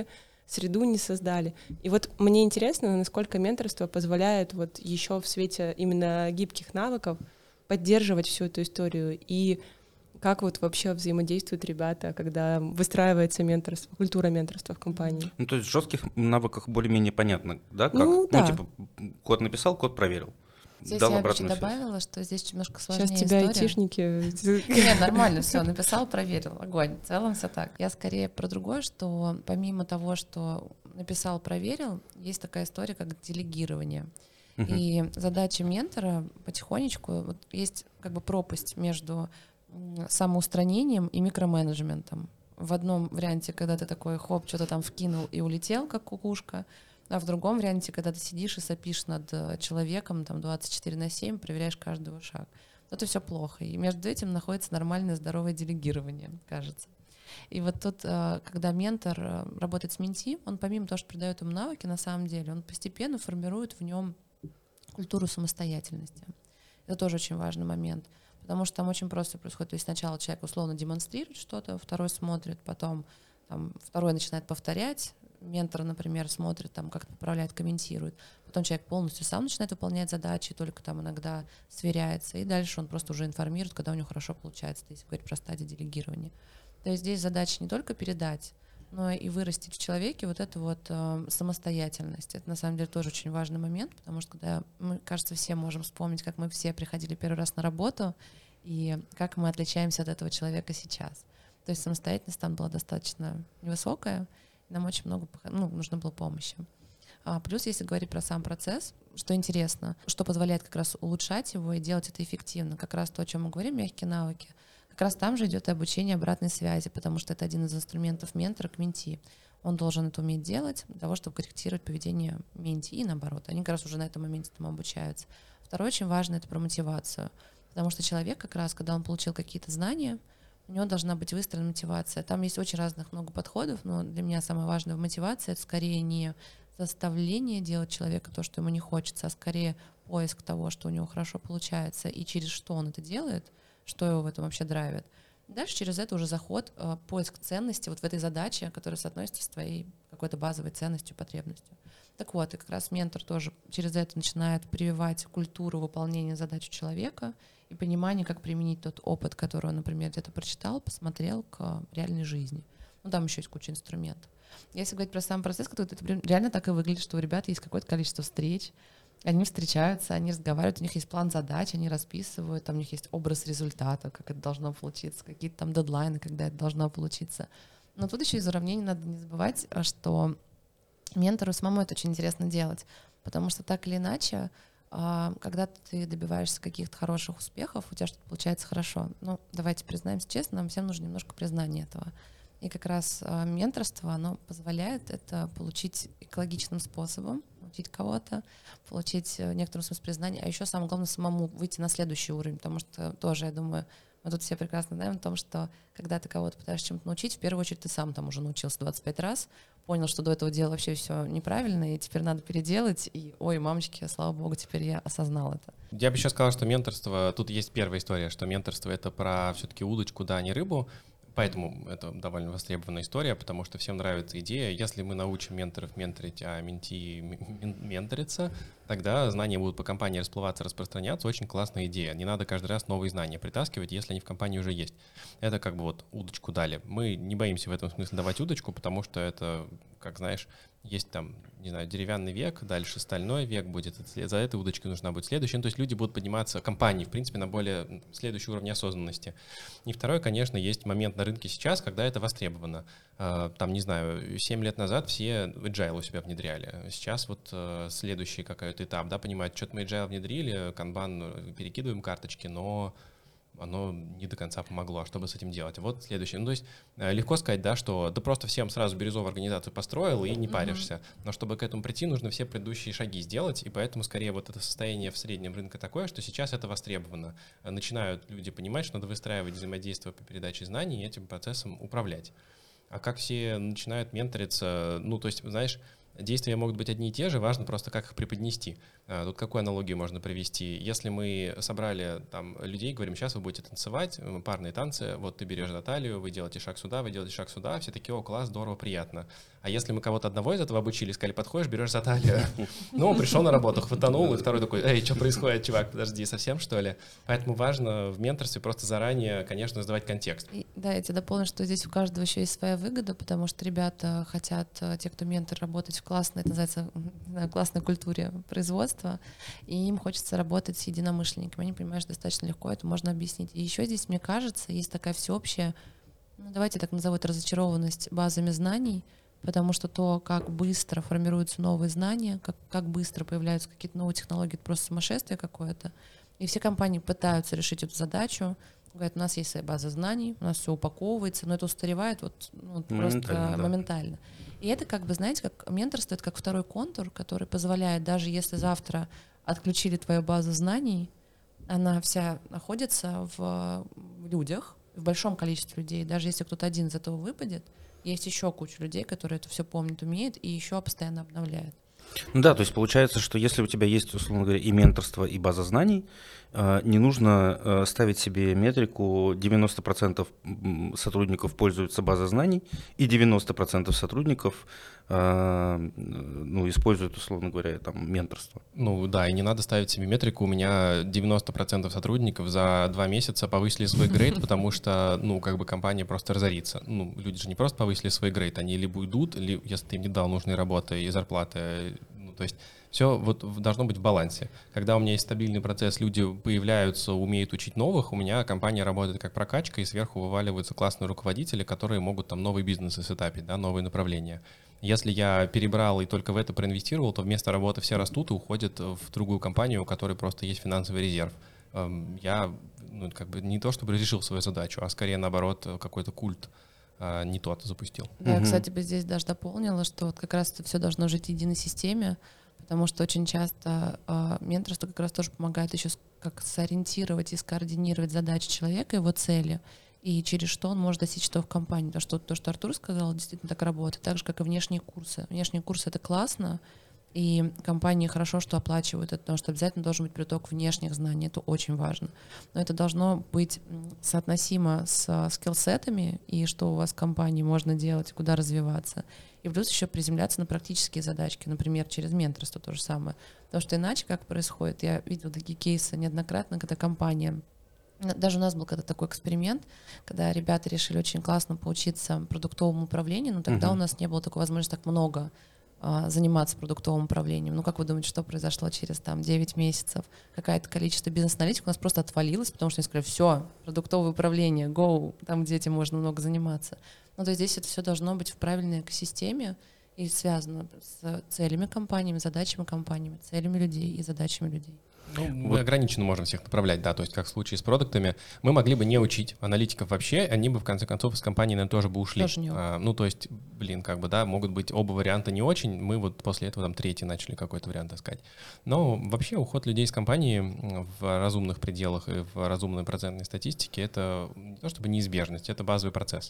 среду не создали. И вот мне интересно, насколько менторство позволяет вот еще в свете именно гибких навыков поддерживать всю эту историю, и как вот вообще взаимодействуют ребята, когда выстраивается менторство, культура менторства в компании? Ну, то есть в жестких навыках более-менее понятно, да? Как? Ну, да. Ну, типа, код написал, код проверил. Здесь Дал я обратную еще связь. добавила, что здесь немножко сложнее Сейчас тебя история. айтишники... Нет, нормально, все, написал, проверил, огонь. В целом все так. Я скорее про другое, что помимо того, что написал, проверил, есть такая история, как делегирование. Мгм. И задача ментора потихонечку, вот есть как бы пропасть между м, самоустранением и микроменеджментом. В одном варианте, когда ты такой, хоп, что-то там вкинул и улетел, как кукушка, а в другом варианте, когда ты сидишь и сопишь над э, человеком там двадцать четыре на семь, проверяешь каждый его шаг. Это все плохо. И между этим находится нормальное здоровое делегирование, кажется. И вот тут, э, когда ментор э, работает с менти, он помимо того, что придает ему навыки, на самом деле, он постепенно формирует в нем культуру самостоятельности. Это тоже очень важный момент, потому что там очень просто происходит. То есть сначала человек условно демонстрирует что-то, второй смотрит, потом там, второй начинает повторять, ментор, например, смотрит, там, как-то поправляет, комментирует. Потом человек полностью сам начинает выполнять задачи, только там иногда сверяется, и дальше он просто уже информирует, когда у него хорошо получается, если говорить про стадию делегирования. То есть здесь задача не только передать, но и вырастить в человеке вот эту вот э, самостоятельность. Это на самом деле тоже очень важный момент, потому что когда мы, кажется, все можем вспомнить, как мы все приходили первый раз на работу и как мы отличаемся от этого человека сейчас. То есть самостоятельность там была достаточно невысокая, нам очень много ну, нужно было помощи. А плюс, если говорить про сам процесс, что интересно, что позволяет как раз улучшать его и делать это эффективно, как раз то, о чем мы говорим, мягкие навыки, как раз там же идет и обучение обратной связи, потому что это один из инструментов ментора к менти. Он должен это уметь делать для того, чтобы корректировать поведение менти и наоборот. Они как раз уже на этом моменте там обучаются. Второе очень важно — это про мотивацию, потому что человек как раз, когда он получил какие-то знания, у него должна быть выстроена мотивация. Там есть очень разных много подходов, но для меня самое важное в мотивации — это скорее не заставление делать человека то, что ему не хочется, а скорее поиск того, что у него хорошо получается, и через что он это делает, что его в этом вообще драйвит. Дальше через это уже заход, э, поиск ценности вот в этой задаче, которая соотносится с твоей какой-то базовой ценностью, потребностью. Так вот, и как раз ментор тоже через это начинает прививать культуру выполнения задач у человека и понимание, как применить тот опыт, который он, например, где-то прочитал, посмотрел, к реальной жизни. Ну, там еще есть куча инструментов. Если говорить про сам процесс, это реально так и выглядит, что у ребят есть какое-то количество встреч, они встречаются, они разговаривают, у них есть план задач, они расписывают, там у них есть образ результата, как это должно получиться, какие-то там дедлайны, когда это должно получиться. Но тут еще из уравнений надо не забывать, что ментору самому это очень интересно делать, потому что так или иначе, когда ты добиваешься каких-то хороших успехов, у тебя что-то получается хорошо. Ну, давайте признаемся честно, нам всем нужно немножко признания этого. И как раз менторство, оно позволяет это получить экологичным способом, научить кого-то, получить в некотором смысле признание, а еще самое главное самому выйти на следующий уровень, потому что тоже, я думаю, мы тут все прекрасно знаем о том, что когда ты кого-то пытаешься чему-то научить, в первую очередь ты сам там уже научился двадцать пять раз, понял, что до этого делал вообще все неправильно, и теперь надо переделать, и ой, мамочки, слава богу, теперь я осознал это. Я бы еще сказал, что менторство, тут есть первая история, что менторство — это про все-таки удочку, да, а не рыбу. Поэтому это довольно востребованная история, потому что всем нравится идея. Если мы научим менторов менторить, а менти менториться, тогда знания будут по компании расплываться, распространяться. Очень классная идея. Не надо каждый раз новые знания притаскивать, если они в компании уже есть. Это как бы вот удочку дали. Мы не боимся в этом смысле давать удочку, потому что это, как знаешь, есть там, не знаю, деревянный век, дальше стальной век будет, за этой удочкой нужна будет следующая. Ну, то есть люди будут подниматься, компании, в принципе, на более следующий уровень осознанности. И второе, конечно, есть момент на рынке сейчас, когда это востребовано. Там, не знаю, семь лет назад все agile у себя внедряли. Сейчас вот следующий какой-то этап, да, понимают, что-то мы agile внедрили, канбан, перекидываем карточки, но оно не до конца помогло. А что бы с этим делать? Вот следующее. Ну, то есть легко сказать, да, что да просто всем сразу бирюзовую организацию построил и не паришься. Mm-hmm. Но чтобы к этому прийти, нужно все предыдущие шаги сделать, и поэтому скорее вот это состояние в среднем рынка такое, что сейчас это востребовано. Начинают люди понимать, что надо выстраивать взаимодействие по передаче знаний и этим процессом управлять. А как все начинают менториться, ну, то есть, знаешь, Действия могут быть одни и те же, важно просто, как их преподнести. Тут какую аналогию можно привести? Если мы собрали там людей, говорим, сейчас вы будете танцевать, парные танцы, вот ты берешь за талию, вы делаете шаг сюда, вы делаете шаг сюда, все такие, о, класс, здорово, приятно. А если мы кого-то одного из этого обучили, сказали, подходишь, берешь за талию, ну, он пришел на работу, хватанул, и второй такой, эй, что происходит, чувак, подожди, совсем что ли? Поэтому важно в менторстве просто заранее, конечно, сдавать контекст. И, да, я тебя дополню, что здесь у каждого еще есть своя выгода, потому что ребята хотят, те, кто ментор, работать в классной, это называется, в классной культуре производства, и им хочется работать с единомышленниками. Они понимают, что достаточно легко это можно объяснить. И еще здесь, мне кажется, есть такая всеобщая, ну, давайте так назову это, разочарованность базами знаний, потому что то, как быстро формируются новые знания, как, как быстро появляются какие-то новые технологии, это просто сумасшествие какое-то. И все компании пытаются решить эту задачу. Говорят, у нас есть своя база знаний, у нас все упаковывается, но это устаревает вот, ну, моментально, просто да. моментально. И это как бы, знаете, как менторство, это как второй контур, который позволяет, даже если завтра отключили твою базу знаний, она вся находится в людях, в большом количестве людей. Даже если кто-то один из этого выпадет, есть еще куча людей, которые это все помнят, умеют и еще постоянно обновляют. Ну да, то есть получается, что если у тебя есть, условно говоря, и менторство, и база знаний, не нужно ставить себе метрику девяносто процентов сотрудников пользуются базой знаний, и девяносто процентов сотрудников ну, используют, условно говоря, там, менторство. Ну да, и не надо ставить себе метрику. У меня девяносто процентов сотрудников за два месяца повысили свой грейд, потому что, ну, как бы компания просто разорится. Ну, люди же не просто повысили свой грейд, они либо уйдут, либо, если ты им не дал нужные работы и зарплаты. Ну, то есть все вот должно быть в балансе. Когда у меня есть стабильный процесс, люди появляются, умеют учить новых, у меня компания работает как прокачка, и сверху вываливаются классные руководители, которые могут там новые бизнесы сетапить, да, новые направления. Если я перебрал и только в это проинвестировал, то вместо работы все растут и уходят в другую компанию, у которой просто есть финансовый резерв. Я, ну, как бы не то чтобы решил свою задачу, а скорее наоборот какой-то культ не тот запустил. Да, я, Мгм. кстати, бы здесь даже дополнила, что вот как раз это все должно жить в единой системе, потому что очень часто э, менторство как раз тоже помогает еще с- как сориентировать и скоординировать задачи человека, его цели, и через что он может достичь что в компании. Потому что то, что Артур сказал, действительно так работает. Так же, как и внешние курсы. Внешние курсы — это классно, и компании хорошо, что оплачивают это, потому что обязательно должен быть приток внешних знаний, это очень важно. Но это должно быть м, соотносимо с скиллсетами и что у вас в компании можно делать, куда развиваться. И плюс еще приземляться на практические задачки, например, через менторство то же самое. Потому что иначе как происходит, я видела такие кейсы неоднократно, когда компания, даже у нас был когда такой эксперимент, когда ребята решили очень классно поучиться продуктовому управлению, но тогда Мгм. у нас не было такой возможности так много а, заниматься продуктовым управлением. Ну, как вы думаете, что произошло через там девять месяцев? Какое-то количество бизнес-аналитиков у нас просто отвалилось, потому что они сказали, все, продуктовое управление, go, там, где этим можно много заниматься. Ну, то есть здесь это все должно быть в правильной экосистеме и связано с целями компаниями, задачами компаниями, целями людей и задачами людей. Ну, мы Вот. ограниченно можем всех направлять, да, то есть как в случае с продуктами. Мы могли бы не учить аналитиков вообще, они бы в конце концов из компании, наверное, тоже бы ушли. Тоже не ок. А, ну, то есть, блин, как бы, да, могут быть оба варианта не очень, мы вот после этого там третий начали какой-то вариант искать. Но вообще уход людей из компании м, в разумных пределах и в разумной процентной статистике — это не то чтобы неизбежность, это базовый процесс.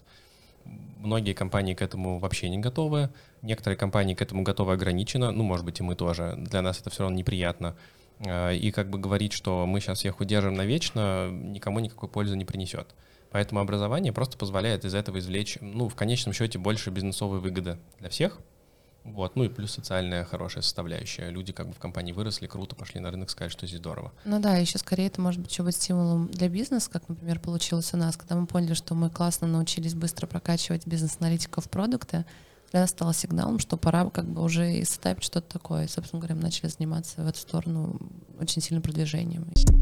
Многие компании к этому вообще не готовы, некоторые компании к этому готовы ограниченно, ну, может быть, и мы тоже, для нас это все равно неприятно. А, И как бы говорить, что мы сейчас всех удержим навечно, никому никакой пользы не принесет. Поэтому образование просто позволяет из этого извлечь, ну, в конечном счете, больше бизнесовой выгоды для всех. Вот. Ну и плюс социальная хорошая составляющая. Люди как бы в компании выросли, круто, пошли на рынок, сказали, что здесь здорово. Ну да, еще скорее это может быть еще быть стимулом для бизнеса, как, например, получилось у нас, когда мы поняли, что мы классно научились быстро прокачивать бизнес-аналитиков в продукты, для нас стало сигналом, что пора как бы уже и сетапить что-то такое. И, собственно говоря, мы начали заниматься в эту сторону очень сильным продвижением.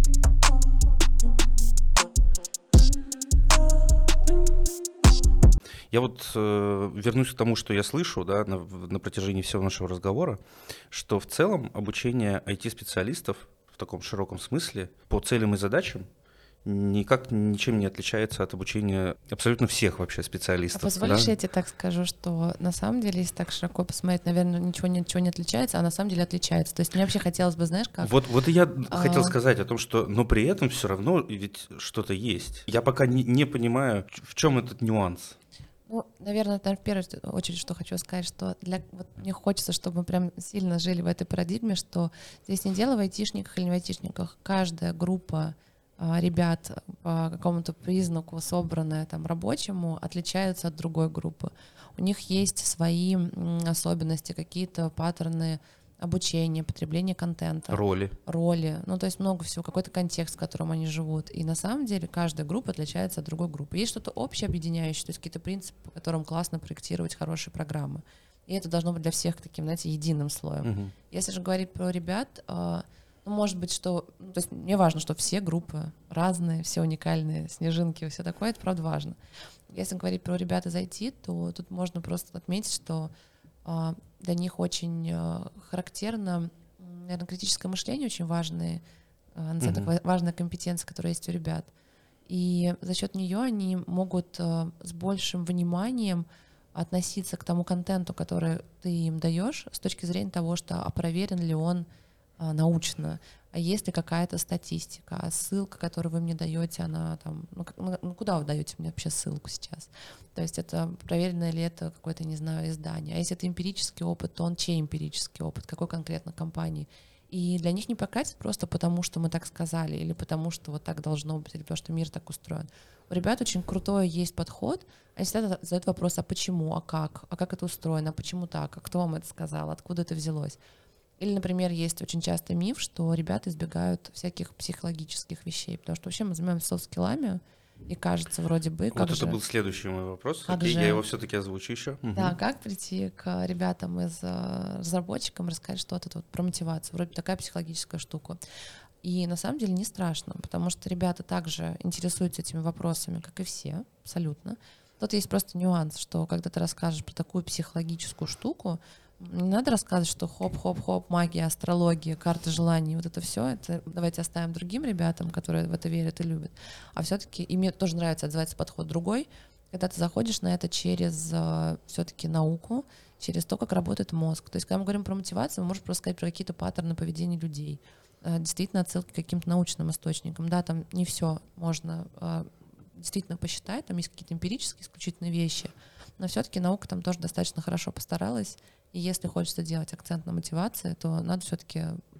Я вот э, вернусь к тому, что я слышу, да, на, в- на протяжении всего нашего разговора, что в целом обучение ай ти-специалистов в таком широком смысле по целям и задачам никак ничем не отличается от обучения абсолютно всех вообще А специалистов. позволишь, да? я тебе так скажу, что на самом деле, если так широко посмотреть, наверное, ничего, ничего не отличается, а на самом деле отличается. То есть мне вообще хотелось бы, знаешь, как... Вот, вот и я А. хотел сказать о том, что, но при этом все равно ведь что-то есть. Я пока не, не понимаю, в чем этот нюанс. Ну, наверное, в первую очередь, что хочу сказать, что для, вот мне хочется, чтобы мы прям сильно жили в этой парадигме, что здесь не дело в айтишниках или не в айтишниках. Каждая группа а, ребят по какому-то признаку, собранная там рабочему, отличаются от другой группы. У них есть свои м, особенности, какие-то паттерны обучение, потребление контента. Роли. Роли. Ну, то есть много всего, какой-то контекст, в котором они живут. И на самом деле каждая группа отличается от другой группы. Есть что-то общее, объединяющее, то есть какие-то принципы, по которым классно проектировать хорошие программы. И это должно быть для всех таким, знаете, единым слоем. Угу. Если же говорить про ребят, ну, может быть, что... Ну, то есть мне важно, что все группы разные, все уникальные, снежинки, все такое, это правда важно. Если говорить про ребят из ай ти, то тут можно просто отметить, что для них очень характерно, наверное, критическое мышление очень важное, mm-hmm. важная компетенция, которая есть у ребят. И за счет нее они могут с большим вниманием относиться к тому контенту, который ты им даешь, с точки зрения того, что а проверен ли он научно, а есть ли какая-то статистика, а ссылка, которую вы мне даете, она там, ну, ну куда вы даете мне вообще ссылку сейчас? То есть это проверено ли это какое-то, не знаю, издание. А если это эмпирический опыт, то он чей эмпирический опыт, какой конкретно компании? И для них не прокатит просто потому, что мы так сказали, или потому, что вот так должно быть, или потому, что мир так устроен. У ребят очень крутой есть подход, они всегда задают вопрос, а почему, а как, а как это устроено, а почему так, а кто вам это сказал, откуда это взялось? Или, например, есть очень часто миф, что ребята избегают всяких психологических вещей, потому что вообще мы занимаемся софт-скиллами, и кажется вроде бы... Вот это же, был следующий мой вопрос, Окей, же, я его все-таки озвучу еще. Да, угу. Как прийти к ребятам из разработчикам, рассказать что-то вот про мотивацию, вроде такая психологическая штука. И на самом деле не страшно, потому что ребята также интересуются этими вопросами, как и все, абсолютно. Тут есть просто нюанс, что когда ты расскажешь про такую психологическую штуку, не надо рассказывать, что хоп-хоп-хоп, магия, астрология, карты желаний, вот это все, это давайте оставим другим ребятам, которые в это верят и любят. А все-таки, и мне тоже нравится, отзывается подход другой, когда ты заходишь на это через uh, все-таки науку, через то, как работает мозг. То есть, когда мы говорим про мотивацию, мы можем просто сказать про какие-то паттерны поведения людей, uh, действительно отсылки к каким-то научным источникам. Да, там не все можно uh, действительно посчитать, там есть какие-то эмпирические исключительные вещи, но все-таки наука там тоже достаточно хорошо постаралась. И если хочется делать акцент на мотивации, то надо все-таки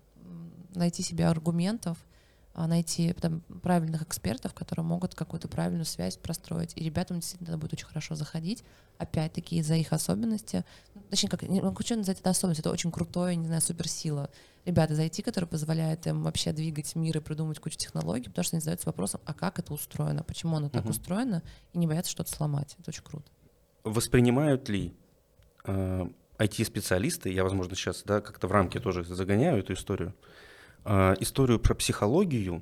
найти себе аргументов, найти там правильных экспертов, которые могут какую-то правильную связь простроить. И ребятам действительно это будет очень хорошо заходить. Опять-таки из-за их особенности. Точнее, как, не хочу назвать это особенность, это очень крутое, не знаю, суперсила. Ребята из ай ти, которые позволяют им вообще двигать мир и придумать кучу технологий, потому что они задаются вопросом, а как это устроено, почему оно так uh-huh. устроено, и не боятся что-то сломать. Это очень круто. Воспринимают ли э, ай ти-специалисты, я, возможно, сейчас да, как-то в рамки тоже загоняю эту историю, э, историю про психологию,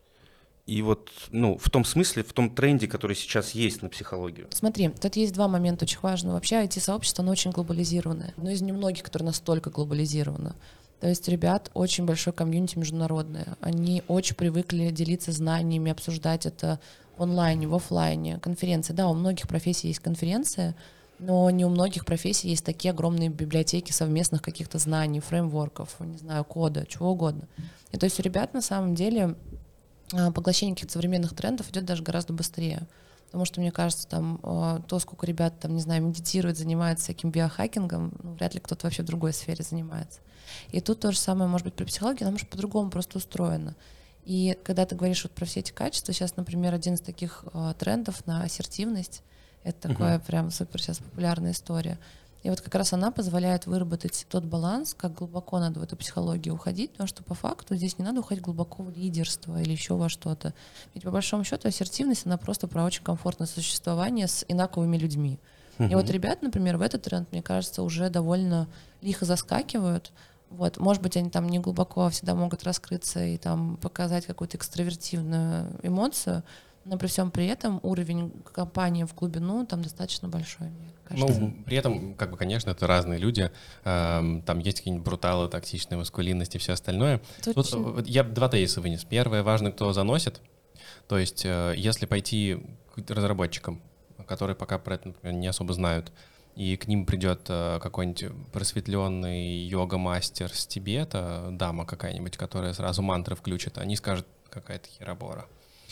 и вот ну, в том смысле, в том тренде, который сейчас есть на психологию? Смотри, тут есть два момента очень важных. Вообще ай ти-сообщество, оно очень глобализированное. Одно из немногих, которое настолько глобализировано. То есть ребят очень большое комьюнити международное. Они очень привыкли делиться знаниями, обсуждать это в онлайне, в офлайне, конференции. Да, у многих профессий есть конференции, но не у многих профессий есть такие огромные библиотеки совместных каких-то знаний, фреймворков, не знаю, кода, чего угодно. И то есть у ребят на самом деле поглощение каких-то современных трендов идет даже гораздо быстрее. Потому что, мне кажется, там то, сколько ребят, там, не знаю, медитируют, занимаются всяким биохакингом, ну, вряд ли кто-то вообще в другой сфере занимается. И тут то же самое может быть про психологию, она может по-другому просто устроена. И когда ты говоришь вот про все эти качества, сейчас, например, один из таких э, трендов на ассертивность, это такая uh-huh. прям супер сейчас популярная история. И вот как раз она позволяет выработать тот баланс, как глубоко надо в эту психологию уходить, потому что по факту здесь не надо уходить глубоко в лидерство или еще во что-то. Ведь по большому счету ассертивность, она просто про очень комфортное существование с инаковыми людьми. Uh-huh. И вот ребят, например, в этот тренд, мне кажется, уже довольно лихо заскакивают. Вот, может быть, они там не глубоко всегда могут раскрыться и там показать какую-то экстравертивную эмоцию, но при всем при этом уровень компании в глубину там достаточно большой, мне кажется. Ну, при этом, как бы, конечно, это разные люди. Эм, там есть какие-нибудь бруталы, токсичная маскулинность и все остальное. Тут Тут, вот, я два тезиса вынес. Первое, важно, кто заносит. То есть, э, если пойти к разработчикам, которые пока про это, например, не особо знают, и к ним придет э, какой-нибудь просветленный йога-мастер с Тибета, дама какая-нибудь, которая сразу мантры включит, они скажут, какая-то херобора.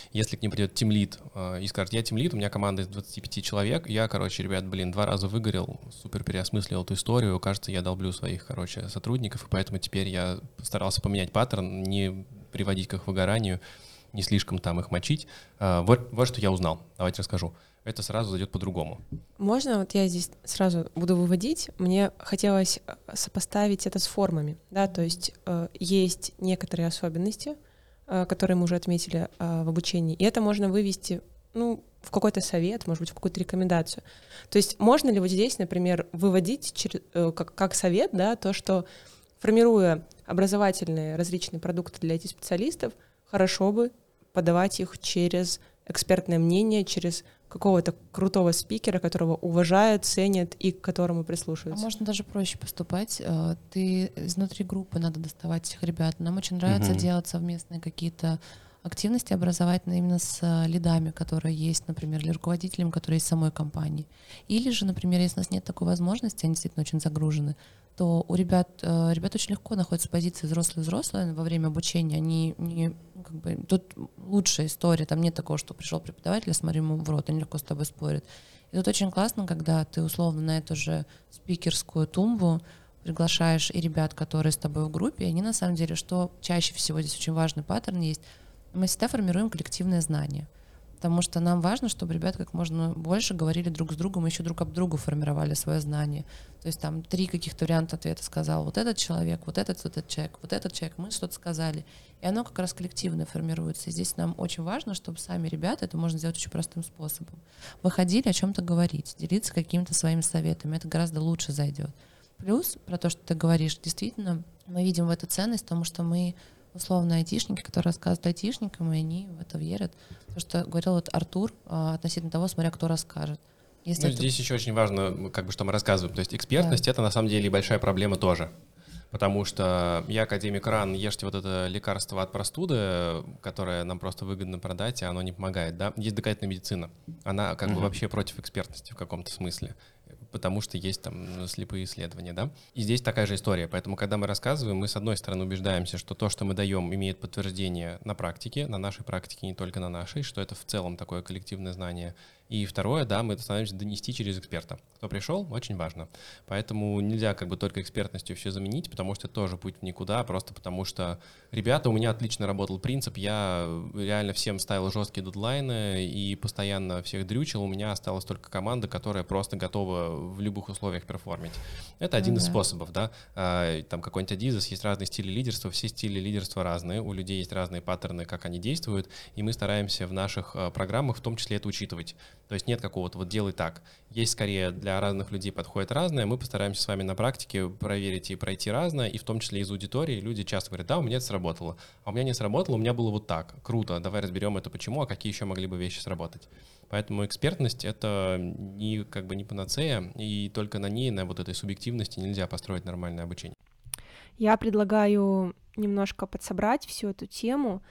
Если к ним придет тимлид э, и скажет, я тимлид, у меня команда из двадцати пяти человек, я, короче, ребят, блин, два раза выгорел, супер переосмыслил эту историю, кажется, я долблю своих, короче, сотрудников, и поэтому теперь я старался поменять паттерн, не приводить к их выгоранию, не слишком там их мочить. Э, вот, вот что я узнал, давайте расскажу. Это сразу зайдет по-другому. Можно вот я здесь сразу буду выводить? Мне хотелось сопоставить это с формами, да, то есть э, есть некоторые особенности, э, которые мы уже отметили э, в обучении, и это можно вывести, ну, в какой-то совет, может быть, в какую-то рекомендацию. То есть можно ли вот здесь, например, выводить через, э, как, как совет, да, то, что формируя образовательные различные продукты для ай ти-специалистов, хорошо бы подавать их через экспертное мнение, через какого-то крутого спикера, которого уважают, ценят и к которому прислушиваются. А можно даже проще поступать. Ты изнутри группы надо доставать этих ребят. Нам очень нравится mm-hmm. делать совместные какие-то активности образовательные именно с лидами, которые есть, например, или руководителями, которые есть в самой компании. Или же, например, если у нас нет такой возможности, они действительно очень загружены, то у ребят, ребят очень легко находятся в позиции взрослые-взрослые во время обучения. Они не, ну, как бы, тут лучшая история, там нет такого, что пришел преподаватель, смотри ему в рот, они легко с тобой спорят. И тут очень классно, когда ты условно на эту же спикерскую тумбу приглашаешь и ребят, которые с тобой в группе, и они на самом деле, что чаще всего здесь очень важный паттерн есть, мы всегда формируем коллективное знание. Потому что нам важно, чтобы ребята как можно больше говорили друг с другом, еще друг об другу формировали свое знание. То есть там три каких-то варианта ответа сказал вот этот человек, вот этот, вот этот человек, вот этот человек, мы что-то сказали. И оно как раз коллективно формируется. И здесь нам очень важно, чтобы сами ребята, это можно сделать очень простым способом, выходили о чем-то говорить, делиться какими-то своими советами. Это гораздо лучше зайдет. Плюс про то, что ты говоришь, действительно, мы видим в эту ценность, потому что мы условно айтишники, которые рассказывают айтишникам, и они в это верят. То, что говорил вот Артур а, относительно того, смотря кто расскажет. Если ну, это... Здесь еще очень важно, как бы, что мы рассказываем. То есть экспертность да. — это на самом деле большая проблема тоже. Потому что я академик РАН, ешьте вот это лекарство от простуды, которое нам просто выгодно продать, а оно не помогает. Да? Есть доказательная медицина. Она как uh-huh. бы вообще против экспертности в каком-то смысле. Потому что есть там слепые исследования, да. И здесь такая же история. Поэтому, когда мы рассказываем, мы, с одной стороны, убеждаемся, что то, что мы даем, имеет подтверждение на практике, на нашей практике, не только на нашей, что это в целом такое коллективное знание. И второе, да, мы стараемся донести через эксперта. Кто пришел, очень важно. Поэтому нельзя как бы только экспертностью все заменить, потому что это тоже путь в никуда, просто потому что, ребята, у меня отлично работал принцип, я реально всем ставил жесткие дедлайны и постоянно всех дрючил, у меня осталась только команда, которая просто готова в любых условиях перформить. Это один mm-hmm. из способов, да. А, там какой-нибудь Adidas, есть разные стили лидерства, все стили лидерства разные, у людей есть разные паттерны, как они действуют, и мы стараемся в наших а, программах в том числе это учитывать. То есть нет какого-то вот делай так. Есть скорее для разных людей подходит разное, мы постараемся с вами на практике проверить и пройти разное, и в том числе из аудитории люди часто говорят, да, у меня это сработало, а у меня не сработало, у меня было вот так. Круто, давай разберем это почему, а какие еще могли бы вещи сработать. Поэтому экспертность — это не, как бы не панацея, и только на ней, на вот этой субъективности нельзя построить нормальное обучение. Я предлагаю немножко подсобрать всю эту тему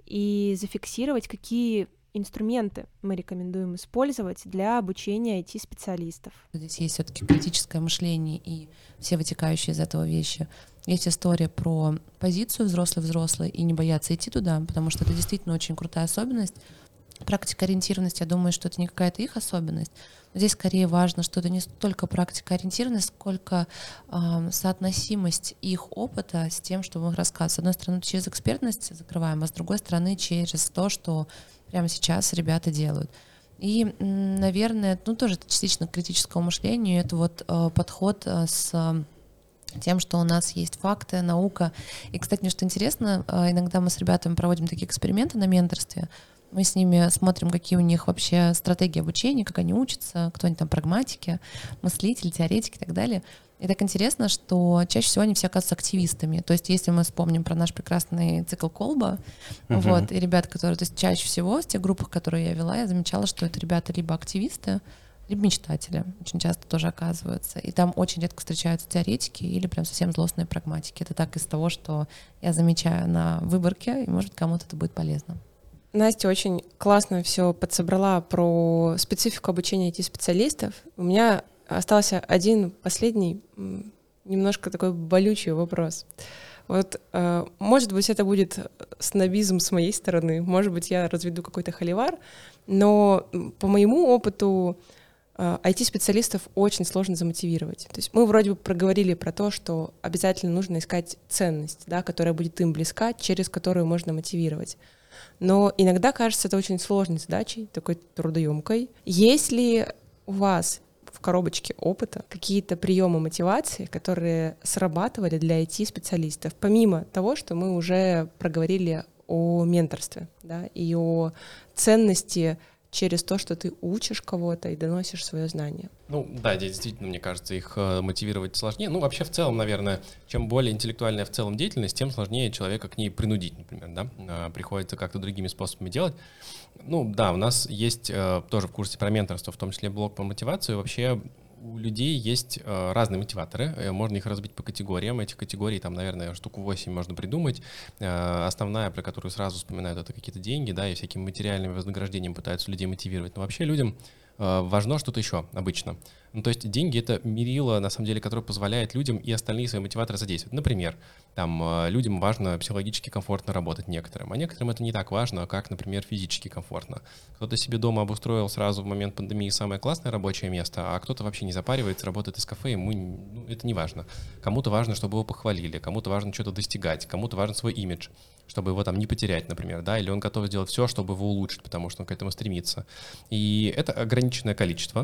и зафиксировать, какие инструменты мы рекомендуем использовать для обучения ай ти-специалистов. Здесь есть все-таки критическое мышление и все вытекающие из этого вещи. Есть история про позицию взрослый-взрослый и не бояться идти туда, потому что это действительно очень крутая особенность. Практикоориентированность, я думаю, что это не какая-то их особенность. Но здесь скорее важно, что это не столько практикоориентированность, сколько э, соотносимость их опыта с тем, что мы рассказываем. С одной стороны, через экспертность закрываем, а с другой стороны, через то, что прямо сейчас ребята делают. И, наверное, ну тоже это частично к критическому мышлению, это вот э, подход э, с тем, что у нас есть факты, наука. И, кстати, мне что интересно, э, иногда мы с ребятами проводим такие эксперименты на менторстве, мы с ними смотрим, какие у них вообще стратегии обучения, как они учатся, кто они там прагматики, мыслители, теоретики и так далее. И так интересно, что чаще всего они все оказываются активистами. То есть если мы вспомним про наш прекрасный цикл Колба, uh-huh. вот, и ребят, которые, то есть чаще всего в тех группах, которые я вела, я замечала, что это ребята либо активисты, либо мечтатели, очень часто тоже оказываются. И там очень редко встречаются теоретики или прям совсем злостные прагматики. Это так из того, что я замечаю на выборке, и, может, кому-то это будет полезно. Настя очень классно все подсобрала про специфику обучения ай ти-специалистов. У меня остался один последний немножко такой болючий вопрос. Вот, э, может быть, это будет снобизм с моей стороны, может быть, я разведу какой-то холивар, но по моему опыту э, ай ти-специалистов очень сложно замотивировать. То есть мы вроде бы проговорили про то, что обязательно нужно искать ценность, да, которая будет им близка, через которую можно мотивировать. Но иногда кажется это очень сложной задачей, такой трудоемкой. Есть ли у вас в коробочке опыта какие-то приемы мотивации, которые срабатывали для ай ти-специалистов, помимо того, что мы уже проговорили о менторстве, да, и о ценности через то, что ты учишь кого-то и доносишь свое знание? Ну да, действительно, мне кажется, их э, мотивировать сложнее. Ну вообще в целом, наверное, чем более интеллектуальная в целом деятельность, тем сложнее человека к ней принудить, например, да, э, приходится как-то другими способами делать. Ну да, у нас есть э, тоже в курсе про менторство, в том числе блок по мотивации. Вообще у людей есть э, разные мотиваторы, э, можно их разбить по категориям. Этих категорий там, наверное, штуку восемь можно придумать. Э, основная, про которую сразу вспоминают, это какие-то деньги, да, и всякими материальными вознаграждениями пытаются людей мотивировать. Но вообще людям э, важно что-то еще обычно. Ну, то есть деньги — это мерило, на самом деле, которое позволяет людям и остальные свои мотиваторы задействовать. Например, там э, людям важно психологически комфортно работать некоторым, а некоторым это не так важно, как, например, физически комфортно. Кто-то себе дома обустроил сразу в момент пандемии самое классное рабочее место, а кто-то вообще не запаривается, работает из кафе, ему ну, это не важно. Кому-то важно, чтобы его похвалили, кому-то важно что-то достигать, кому-то важен свой имидж, чтобы его там не потерять, например, да, или он готов сделать все, чтобы его улучшить, потому что он к этому стремится. И это ограниченное количество.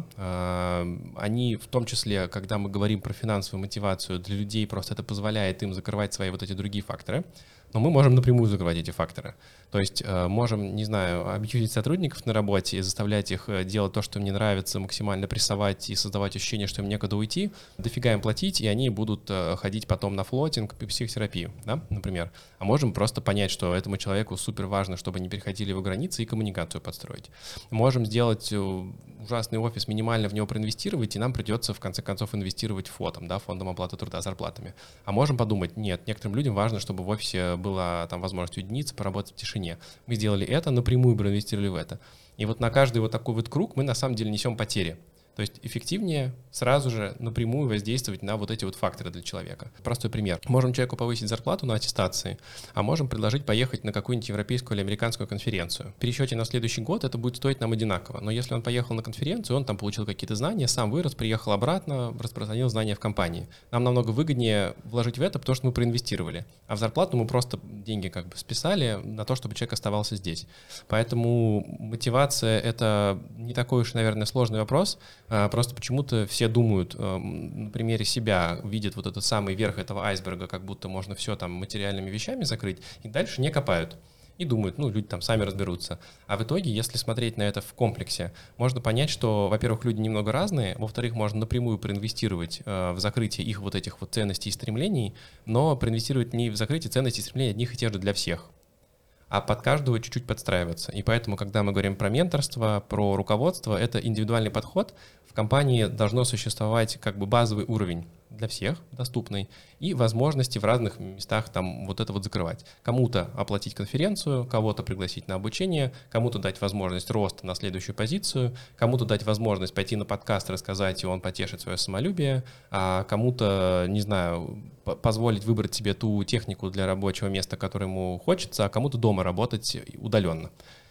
Они, в том числе, когда мы говорим про финансовую мотивацию, для людей просто это позволяет им закрывать свои вот эти другие факторы. Но мы можем напрямую закрывать эти факторы. То есть э, можем, не знаю, абьюзить сотрудников на работе и заставлять их делать то, что им не нравится, максимально прессовать и создавать ощущение, что им некуда уйти, дофига им платить, и они будут э, ходить потом на флотинг и психотерапию, да, например. А можем просто понять, что этому человеку супер важно, чтобы не переходили его границы, и коммуникацию подстроить. Можем сделать ужасный офис, минимально в него проинвестировать, и нам придется в конце концов инвестировать фондом, да, фондом оплаты труда, зарплатами. А можем подумать, нет, некоторым людям важно, чтобы в офисе была там возможность уединиться, поработать в тишине. Мы сделали это, напрямую проинвестировали в это. И вот на каждый вот такой вот круг мы на самом деле несем потери. То есть эффективнее сразу же напрямую воздействовать на вот эти вот факторы для человека. Простой пример. Можем человеку повысить зарплату на аттестации, а можем предложить поехать на какую-нибудь европейскую или американскую конференцию. В пересчете на следующий год это будет стоить нам одинаково. Но если он поехал на конференцию, он там получил какие-то знания, сам вырос, приехал обратно, распространил знания в компании. Нам намного выгоднее вложить в это, потому что мы проинвестировали. А в зарплату мы просто деньги как бы списали на то, чтобы человек оставался здесь. Поэтому мотивация — это не такой уж, наверное, сложный вопрос. Просто почему-то все думают, на примере себя, видят вот этот самый верх этого айсберга, как будто можно все там материальными вещами закрыть, и дальше не копают. И думают, ну, люди там сами разберутся. А в итоге, если смотреть на это в комплексе, можно понять, что, во-первых, люди немного разные, во-вторых, можно напрямую проинвестировать э, в закрытие их вот этих вот ценностей и стремлений, но проинвестировать не в закрытие ценностей и стремлений одних и тех же для всех, а под каждого чуть-чуть подстраиваться. И поэтому, когда мы говорим про менторство, про руководство, это индивидуальный подход. В компании должно существовать как бы базовый уровень для всех, доступный, и возможности в разных местах там вот это вот закрывать. Кому-то оплатить конференцию, кого-то пригласить на обучение, кому-то дать возможность роста на следующую позицию, кому-то дать возможность пойти на подкаст, рассказать, и он потешит свое самолюбие, а кому-то, не знаю, позволить выбрать себе ту технику для рабочего места, которое ему хочется, а кому-то дома работать удаленно.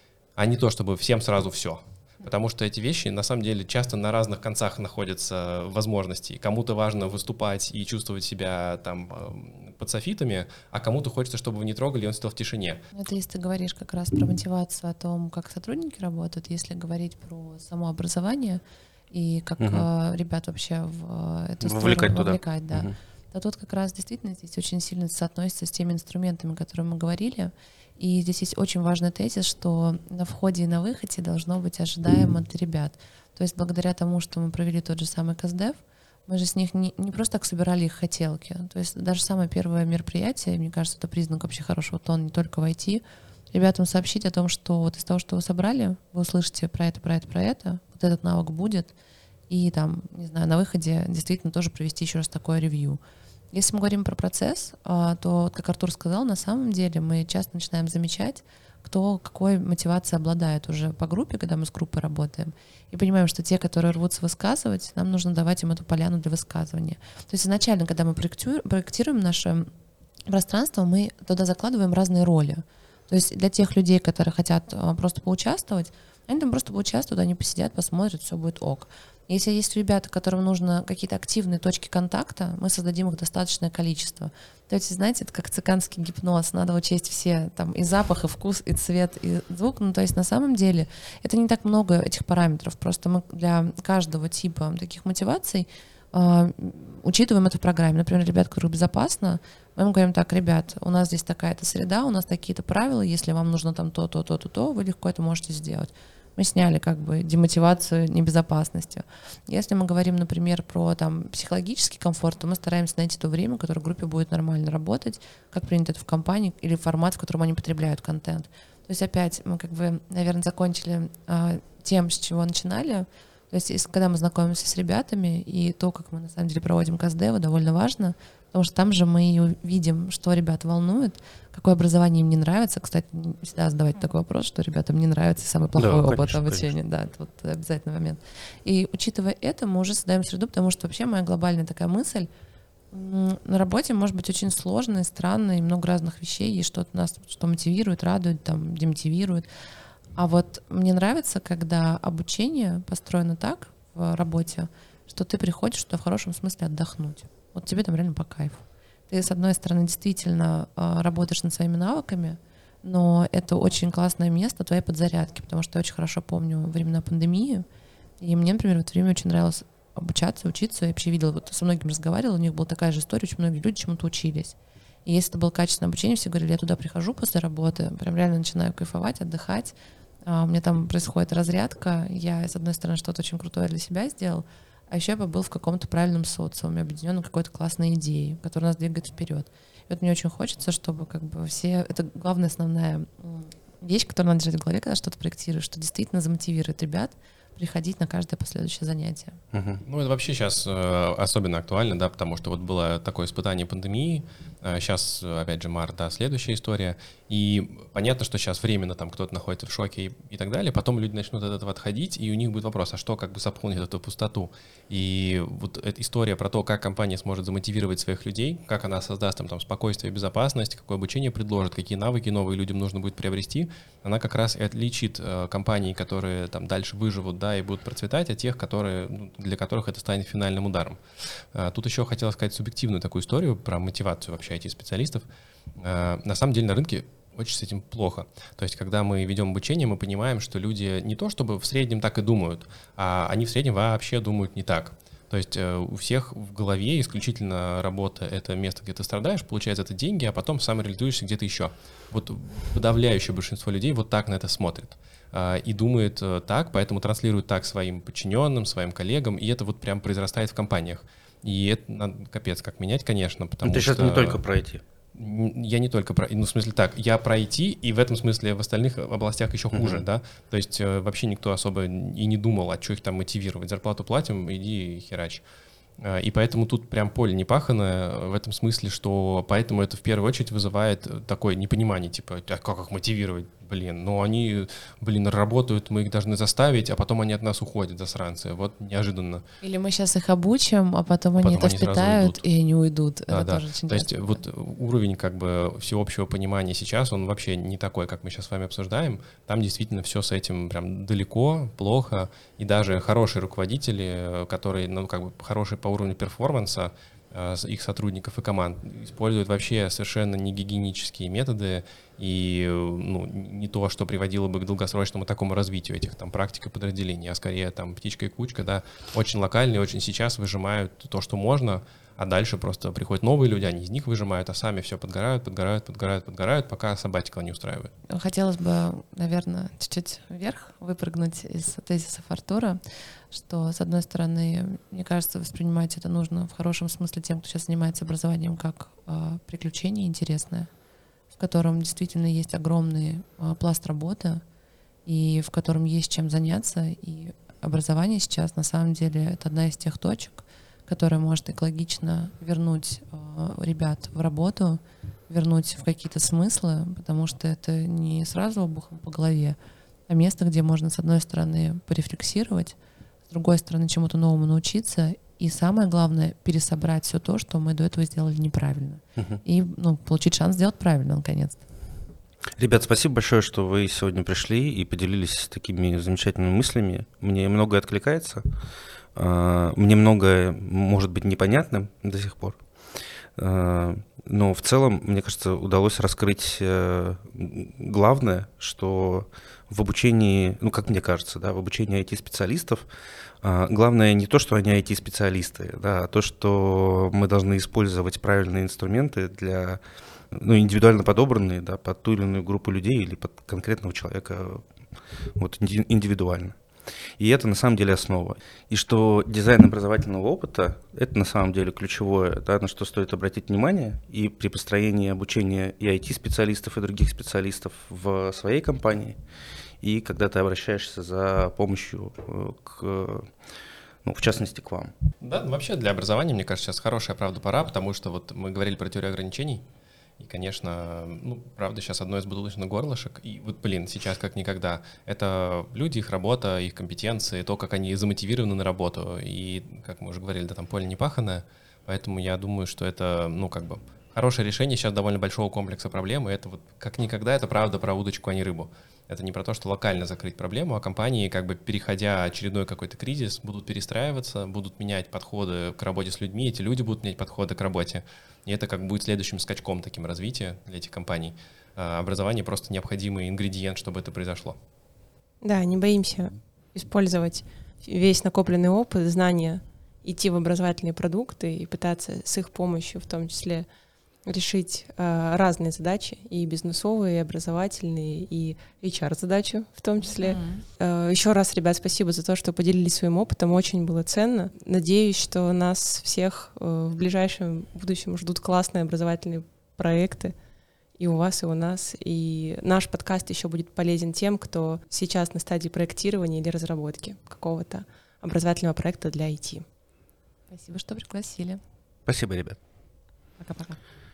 А не то, чтобы всем сразу все. Потому что эти вещи, на самом деле, часто на разных концах находятся возможности. Кому-то важно выступать и чувствовать себя там под софитами, а кому-то хочется, чтобы его не трогали, и он сидел в тишине. Это если ты говоришь как раз про мотивацию, о том, как сотрудники работают, если говорить про самообразование и как угу. ребят вообще в эту вовлекать сторону туда. вовлекать, да, угу. то тут как раз действительно здесь очень сильно соотносится с теми инструментами, о которых мы говорили. И здесь есть очень важный тезис, что на входе и на выходе должно быть ожидаемо от ребят. То есть благодаря тому, что мы провели тот же самый КСДЕФ, мы же с них не, не просто так собирали их хотелки. То есть даже самое первое мероприятие, мне кажется, это признак вообще хорошего тона не только в ай ти, ребятам сообщить о том, что вот из того, что вы собрали, вы услышите про это, про это, про это, вот этот навык будет, и там, не знаю, на выходе действительно тоже провести еще раз такое ревью. Если мы говорим про процесс, а, то, вот как Артур сказал, на самом деле мы часто начинаем замечать, кто какой мотивацией обладает уже по группе, когда мы с группой работаем, и понимаем, что те, которые рвутся высказывать, нам нужно давать им эту поляну для высказывания. То есть изначально, когда мы проектируем, проектируем наше пространство, мы туда закладываем разные роли. То есть для тех людей, которые хотят а, просто поучаствовать, они там просто поучаствуют, они посидят, посмотрят, все будет ок. Если есть ребята, которым нужно какие-то активные точки контакта, мы создадим их достаточное количество. То есть, знаете, это как цыганский гипноз, надо учесть все, там, и запах, и вкус, и цвет, и звук. Ну, то есть, на самом деле, это не так много этих параметров. Просто мы для каждого типа таких мотиваций э, учитываем это в программе. Например, ребят, которым безопасно, мы им говорим: так, ребят, у нас здесь такая-то среда, у нас такие-то правила, если вам нужно там то, то, то, то, то, вы легко это можете сделать. Мы сняли как бы демотивацию небезопасностью. Если мы говорим, например, про там психологический комфорт, то мы стараемся найти то время, которое группе будет нормально работать, как принято это в компании, или формат, в котором они потребляют контент. То есть опять мы как бы, наверное, закончили а, тем, с чего начинали. То есть если, когда мы знакомимся с ребятами, и то, как мы на самом деле проводим КСДЕВ, довольно важно, потому что там же мы и видим, что ребят волнует, какое образование им не нравится. Кстати, не всегда задавать такой вопрос, что ребятам не нравится, и самый плохой Да, опыт конечно, обучения. конечно. Да, это вот обязательный момент. И учитывая это, мы уже создаем среду, потому что вообще моя глобальная такая мысль: м, на работе может быть очень сложно и странно, и много разных вещей, есть что-то нас, что мотивирует, радует, там, демотивирует. А вот мне нравится, когда обучение построено так в работе, что ты приходишь туда в хорошем смысле отдохнуть. Вот тебе там реально по кайфу. Ты, с одной стороны, действительно э, работаешь над своими навыками, но это очень классное место твоей подзарядки, потому что я очень хорошо помню времена пандемии, и мне, например, в это время очень нравилось обучаться, учиться. Я вообще видела, вот со многими разговаривала, у них была такая же история, очень многие люди чему-то учились. И если это было качественное обучение, все говорили: я туда прихожу после работы, прям реально начинаю кайфовать, отдыхать, а у меня там происходит разрядка, я, с одной стороны, что-то очень крутое для себя сделал, а еще я побыл в каком-то правильном социуме, объединенном какой-то классной идеей, которая нас двигает вперед. И вот мне очень хочется, чтобы как бы все... Это главная, основная вещь, которую надо держать в голове, когда что-то проектируешь, что действительно замотивирует ребят приходить на каждое последующее занятие. Угу. Ну, это вообще сейчас э, особенно актуально, да, потому что вот было такое испытание пандемии, э, сейчас, опять же, март, да, следующая история, и понятно, что сейчас временно там кто-то находится в шоке и, и так далее, потом люди начнут от этого отходить, и у них будет вопрос: а что как бы заполнит эту пустоту? И вот эта история про то, как компания сможет замотивировать своих людей, как она создаст им там спокойствие, безопасность, какое обучение предложит, какие навыки новые людям нужно будет приобрести, она как раз и отличит э, компании, которые там дальше выживут, да, и будут процветать, от тех, которые, ну, для которых это станет финальным ударом. А, тут еще хотел сказать субъективную такую историю про мотивацию вообще ай ти-специалистов. А, на самом деле на рынке очень с этим плохо. То есть, когда мы ведем обучение, мы понимаем, что люди не то чтобы в среднем так и думают, а они в среднем вообще думают не так. То есть э, у всех в голове исключительно работа — это место, где ты страдаешь, получается это деньги, а потом самореализуешься где-то еще. Вот подавляющее большинство людей вот так на это смотрит э, и думает э, так, поэтому транслирует так своим подчиненным, своим коллегам, и это вот прям произрастает в компаниях. И это надо капец как менять, конечно, потому Ты что... сейчас не только про ай ти. Я не только про, ну, в смысле так, я про ай ти, и в этом смысле в остальных областях еще хуже, uh-huh. да, то есть э, вообще никто особо и не думал, а что их там мотивировать, зарплату платим, иди херач. Э, и поэтому тут прям поле не паханое в этом смысле, что поэтому это в первую очередь вызывает такое непонимание, типа, а как их мотивировать? Блин, ну они, блин, работают, мы их должны заставить, а потом они от нас уходят, засранцы. Вот неожиданно. Или мы сейчас их обучим, а потом, а они потом это впитают, и они уйдут. Да, это да. тоже очень То есть часто. вот уровень как бы всеобщего понимания сейчас, он вообще не такой, как мы сейчас с вами обсуждаем. Там действительно все с этим прям далеко, плохо. И даже хорошие руководители, которые, ну, как бы хорошие по уровню перформанса, их сотрудников и команд, используют вообще совершенно не гигиенические методы и, ну, не то, что приводило бы к долгосрочному такому развитию этих там практик и подразделений, а скорее там птичка и кучка, да, очень локальные, очень сейчас выжимают то, что можно, а дальше просто приходят новые люди, они из них выжимают, а сами все подгорают, подгорают, подгорают, подгорают, пока сабатикл не устраивает. Хотелось бы, наверное, чуть-чуть вверх выпрыгнуть из тезисов Артура, что, с одной стороны, мне кажется, воспринимать это нужно в хорошем смысле тем, кто сейчас занимается образованием, как э, приключение интересное, в котором действительно есть огромный э, пласт работы, и в котором есть чем заняться. И образование сейчас, на самом деле, это одна из тех точек, которая может экологично вернуть э, ребят в работу, вернуть в какие-то смыслы, потому что это не сразу обухом по голове, а место, где можно, с одной стороны, порефлексировать, с другой стороны, чему-то новому научиться, и самое главное, пересобрать все то, что мы до этого сделали неправильно. Uh-huh. И ну, получить шанс сделать правильно, наконец-то. Ребят, спасибо большое, что вы сегодня пришли и поделились такими замечательными мыслями. Мне многое откликается, мне многое может быть непонятным до сих пор. Но в целом, мне кажется, удалось раскрыть главное, что в обучении, ну, как мне кажется, да, в обучении ай ти-специалистов главное не то, что они ай ти-специалисты, да, а то, что мы должны использовать правильные инструменты для, ну, индивидуально подобранные, да, под ту или иную группу людей или под конкретного человека вот, индивидуально. И это на самом деле основа. И что дизайн образовательного опыта — это на самом деле ключевое, да, на что стоит обратить внимание и при построении обучения и ай ти-специалистов, и других специалистов в своей компании, и когда ты обращаешься за помощью к, ну, в частности, к вам. Да, вообще для образования, мне кажется, сейчас хорошая, правда, пора, потому что вот мы говорили про теорию ограничений. И, конечно, ну, правда, сейчас одно из бутылочных горлышек, и вот, блин, сейчас как никогда, это люди, их работа, их компетенции, то, как они замотивированы на работу, и, как мы уже говорили, да, там поле не паханое, поэтому я думаю, что это, ну, как бы, хорошее решение сейчас довольно большого комплекса проблем, и это вот, как никогда, это правда про удочку, а не рыбу. Это не про то, что локально закрыть проблему, а компании, как бы, переходя очередной какой-то кризис, будут перестраиваться, будут менять подходы к работе с людьми, эти люди будут менять подходы к работе. И это как будет следующим скачком таким развития для этих компаний. А образование просто необходимый ингредиент, чтобы это произошло. Да, не боимся использовать весь накопленный опыт, знания, идти в образовательные продукты и пытаться с их помощью в том числе решить э, разные задачи, и бизнесовые, и образовательные, и эйч ар-задачу в том числе. Mm-hmm. Э, еще раз, ребят, спасибо за то, что поделились своим опытом, очень было ценно. Надеюсь, что нас всех э, в ближайшем будущем ждут классные образовательные проекты и у вас, и у нас. И наш подкаст еще будет полезен тем, кто сейчас на стадии проектирования или разработки какого-то образовательного проекта для ай ти. Спасибо, что пригласили. Спасибо, ребят. Пока-пока.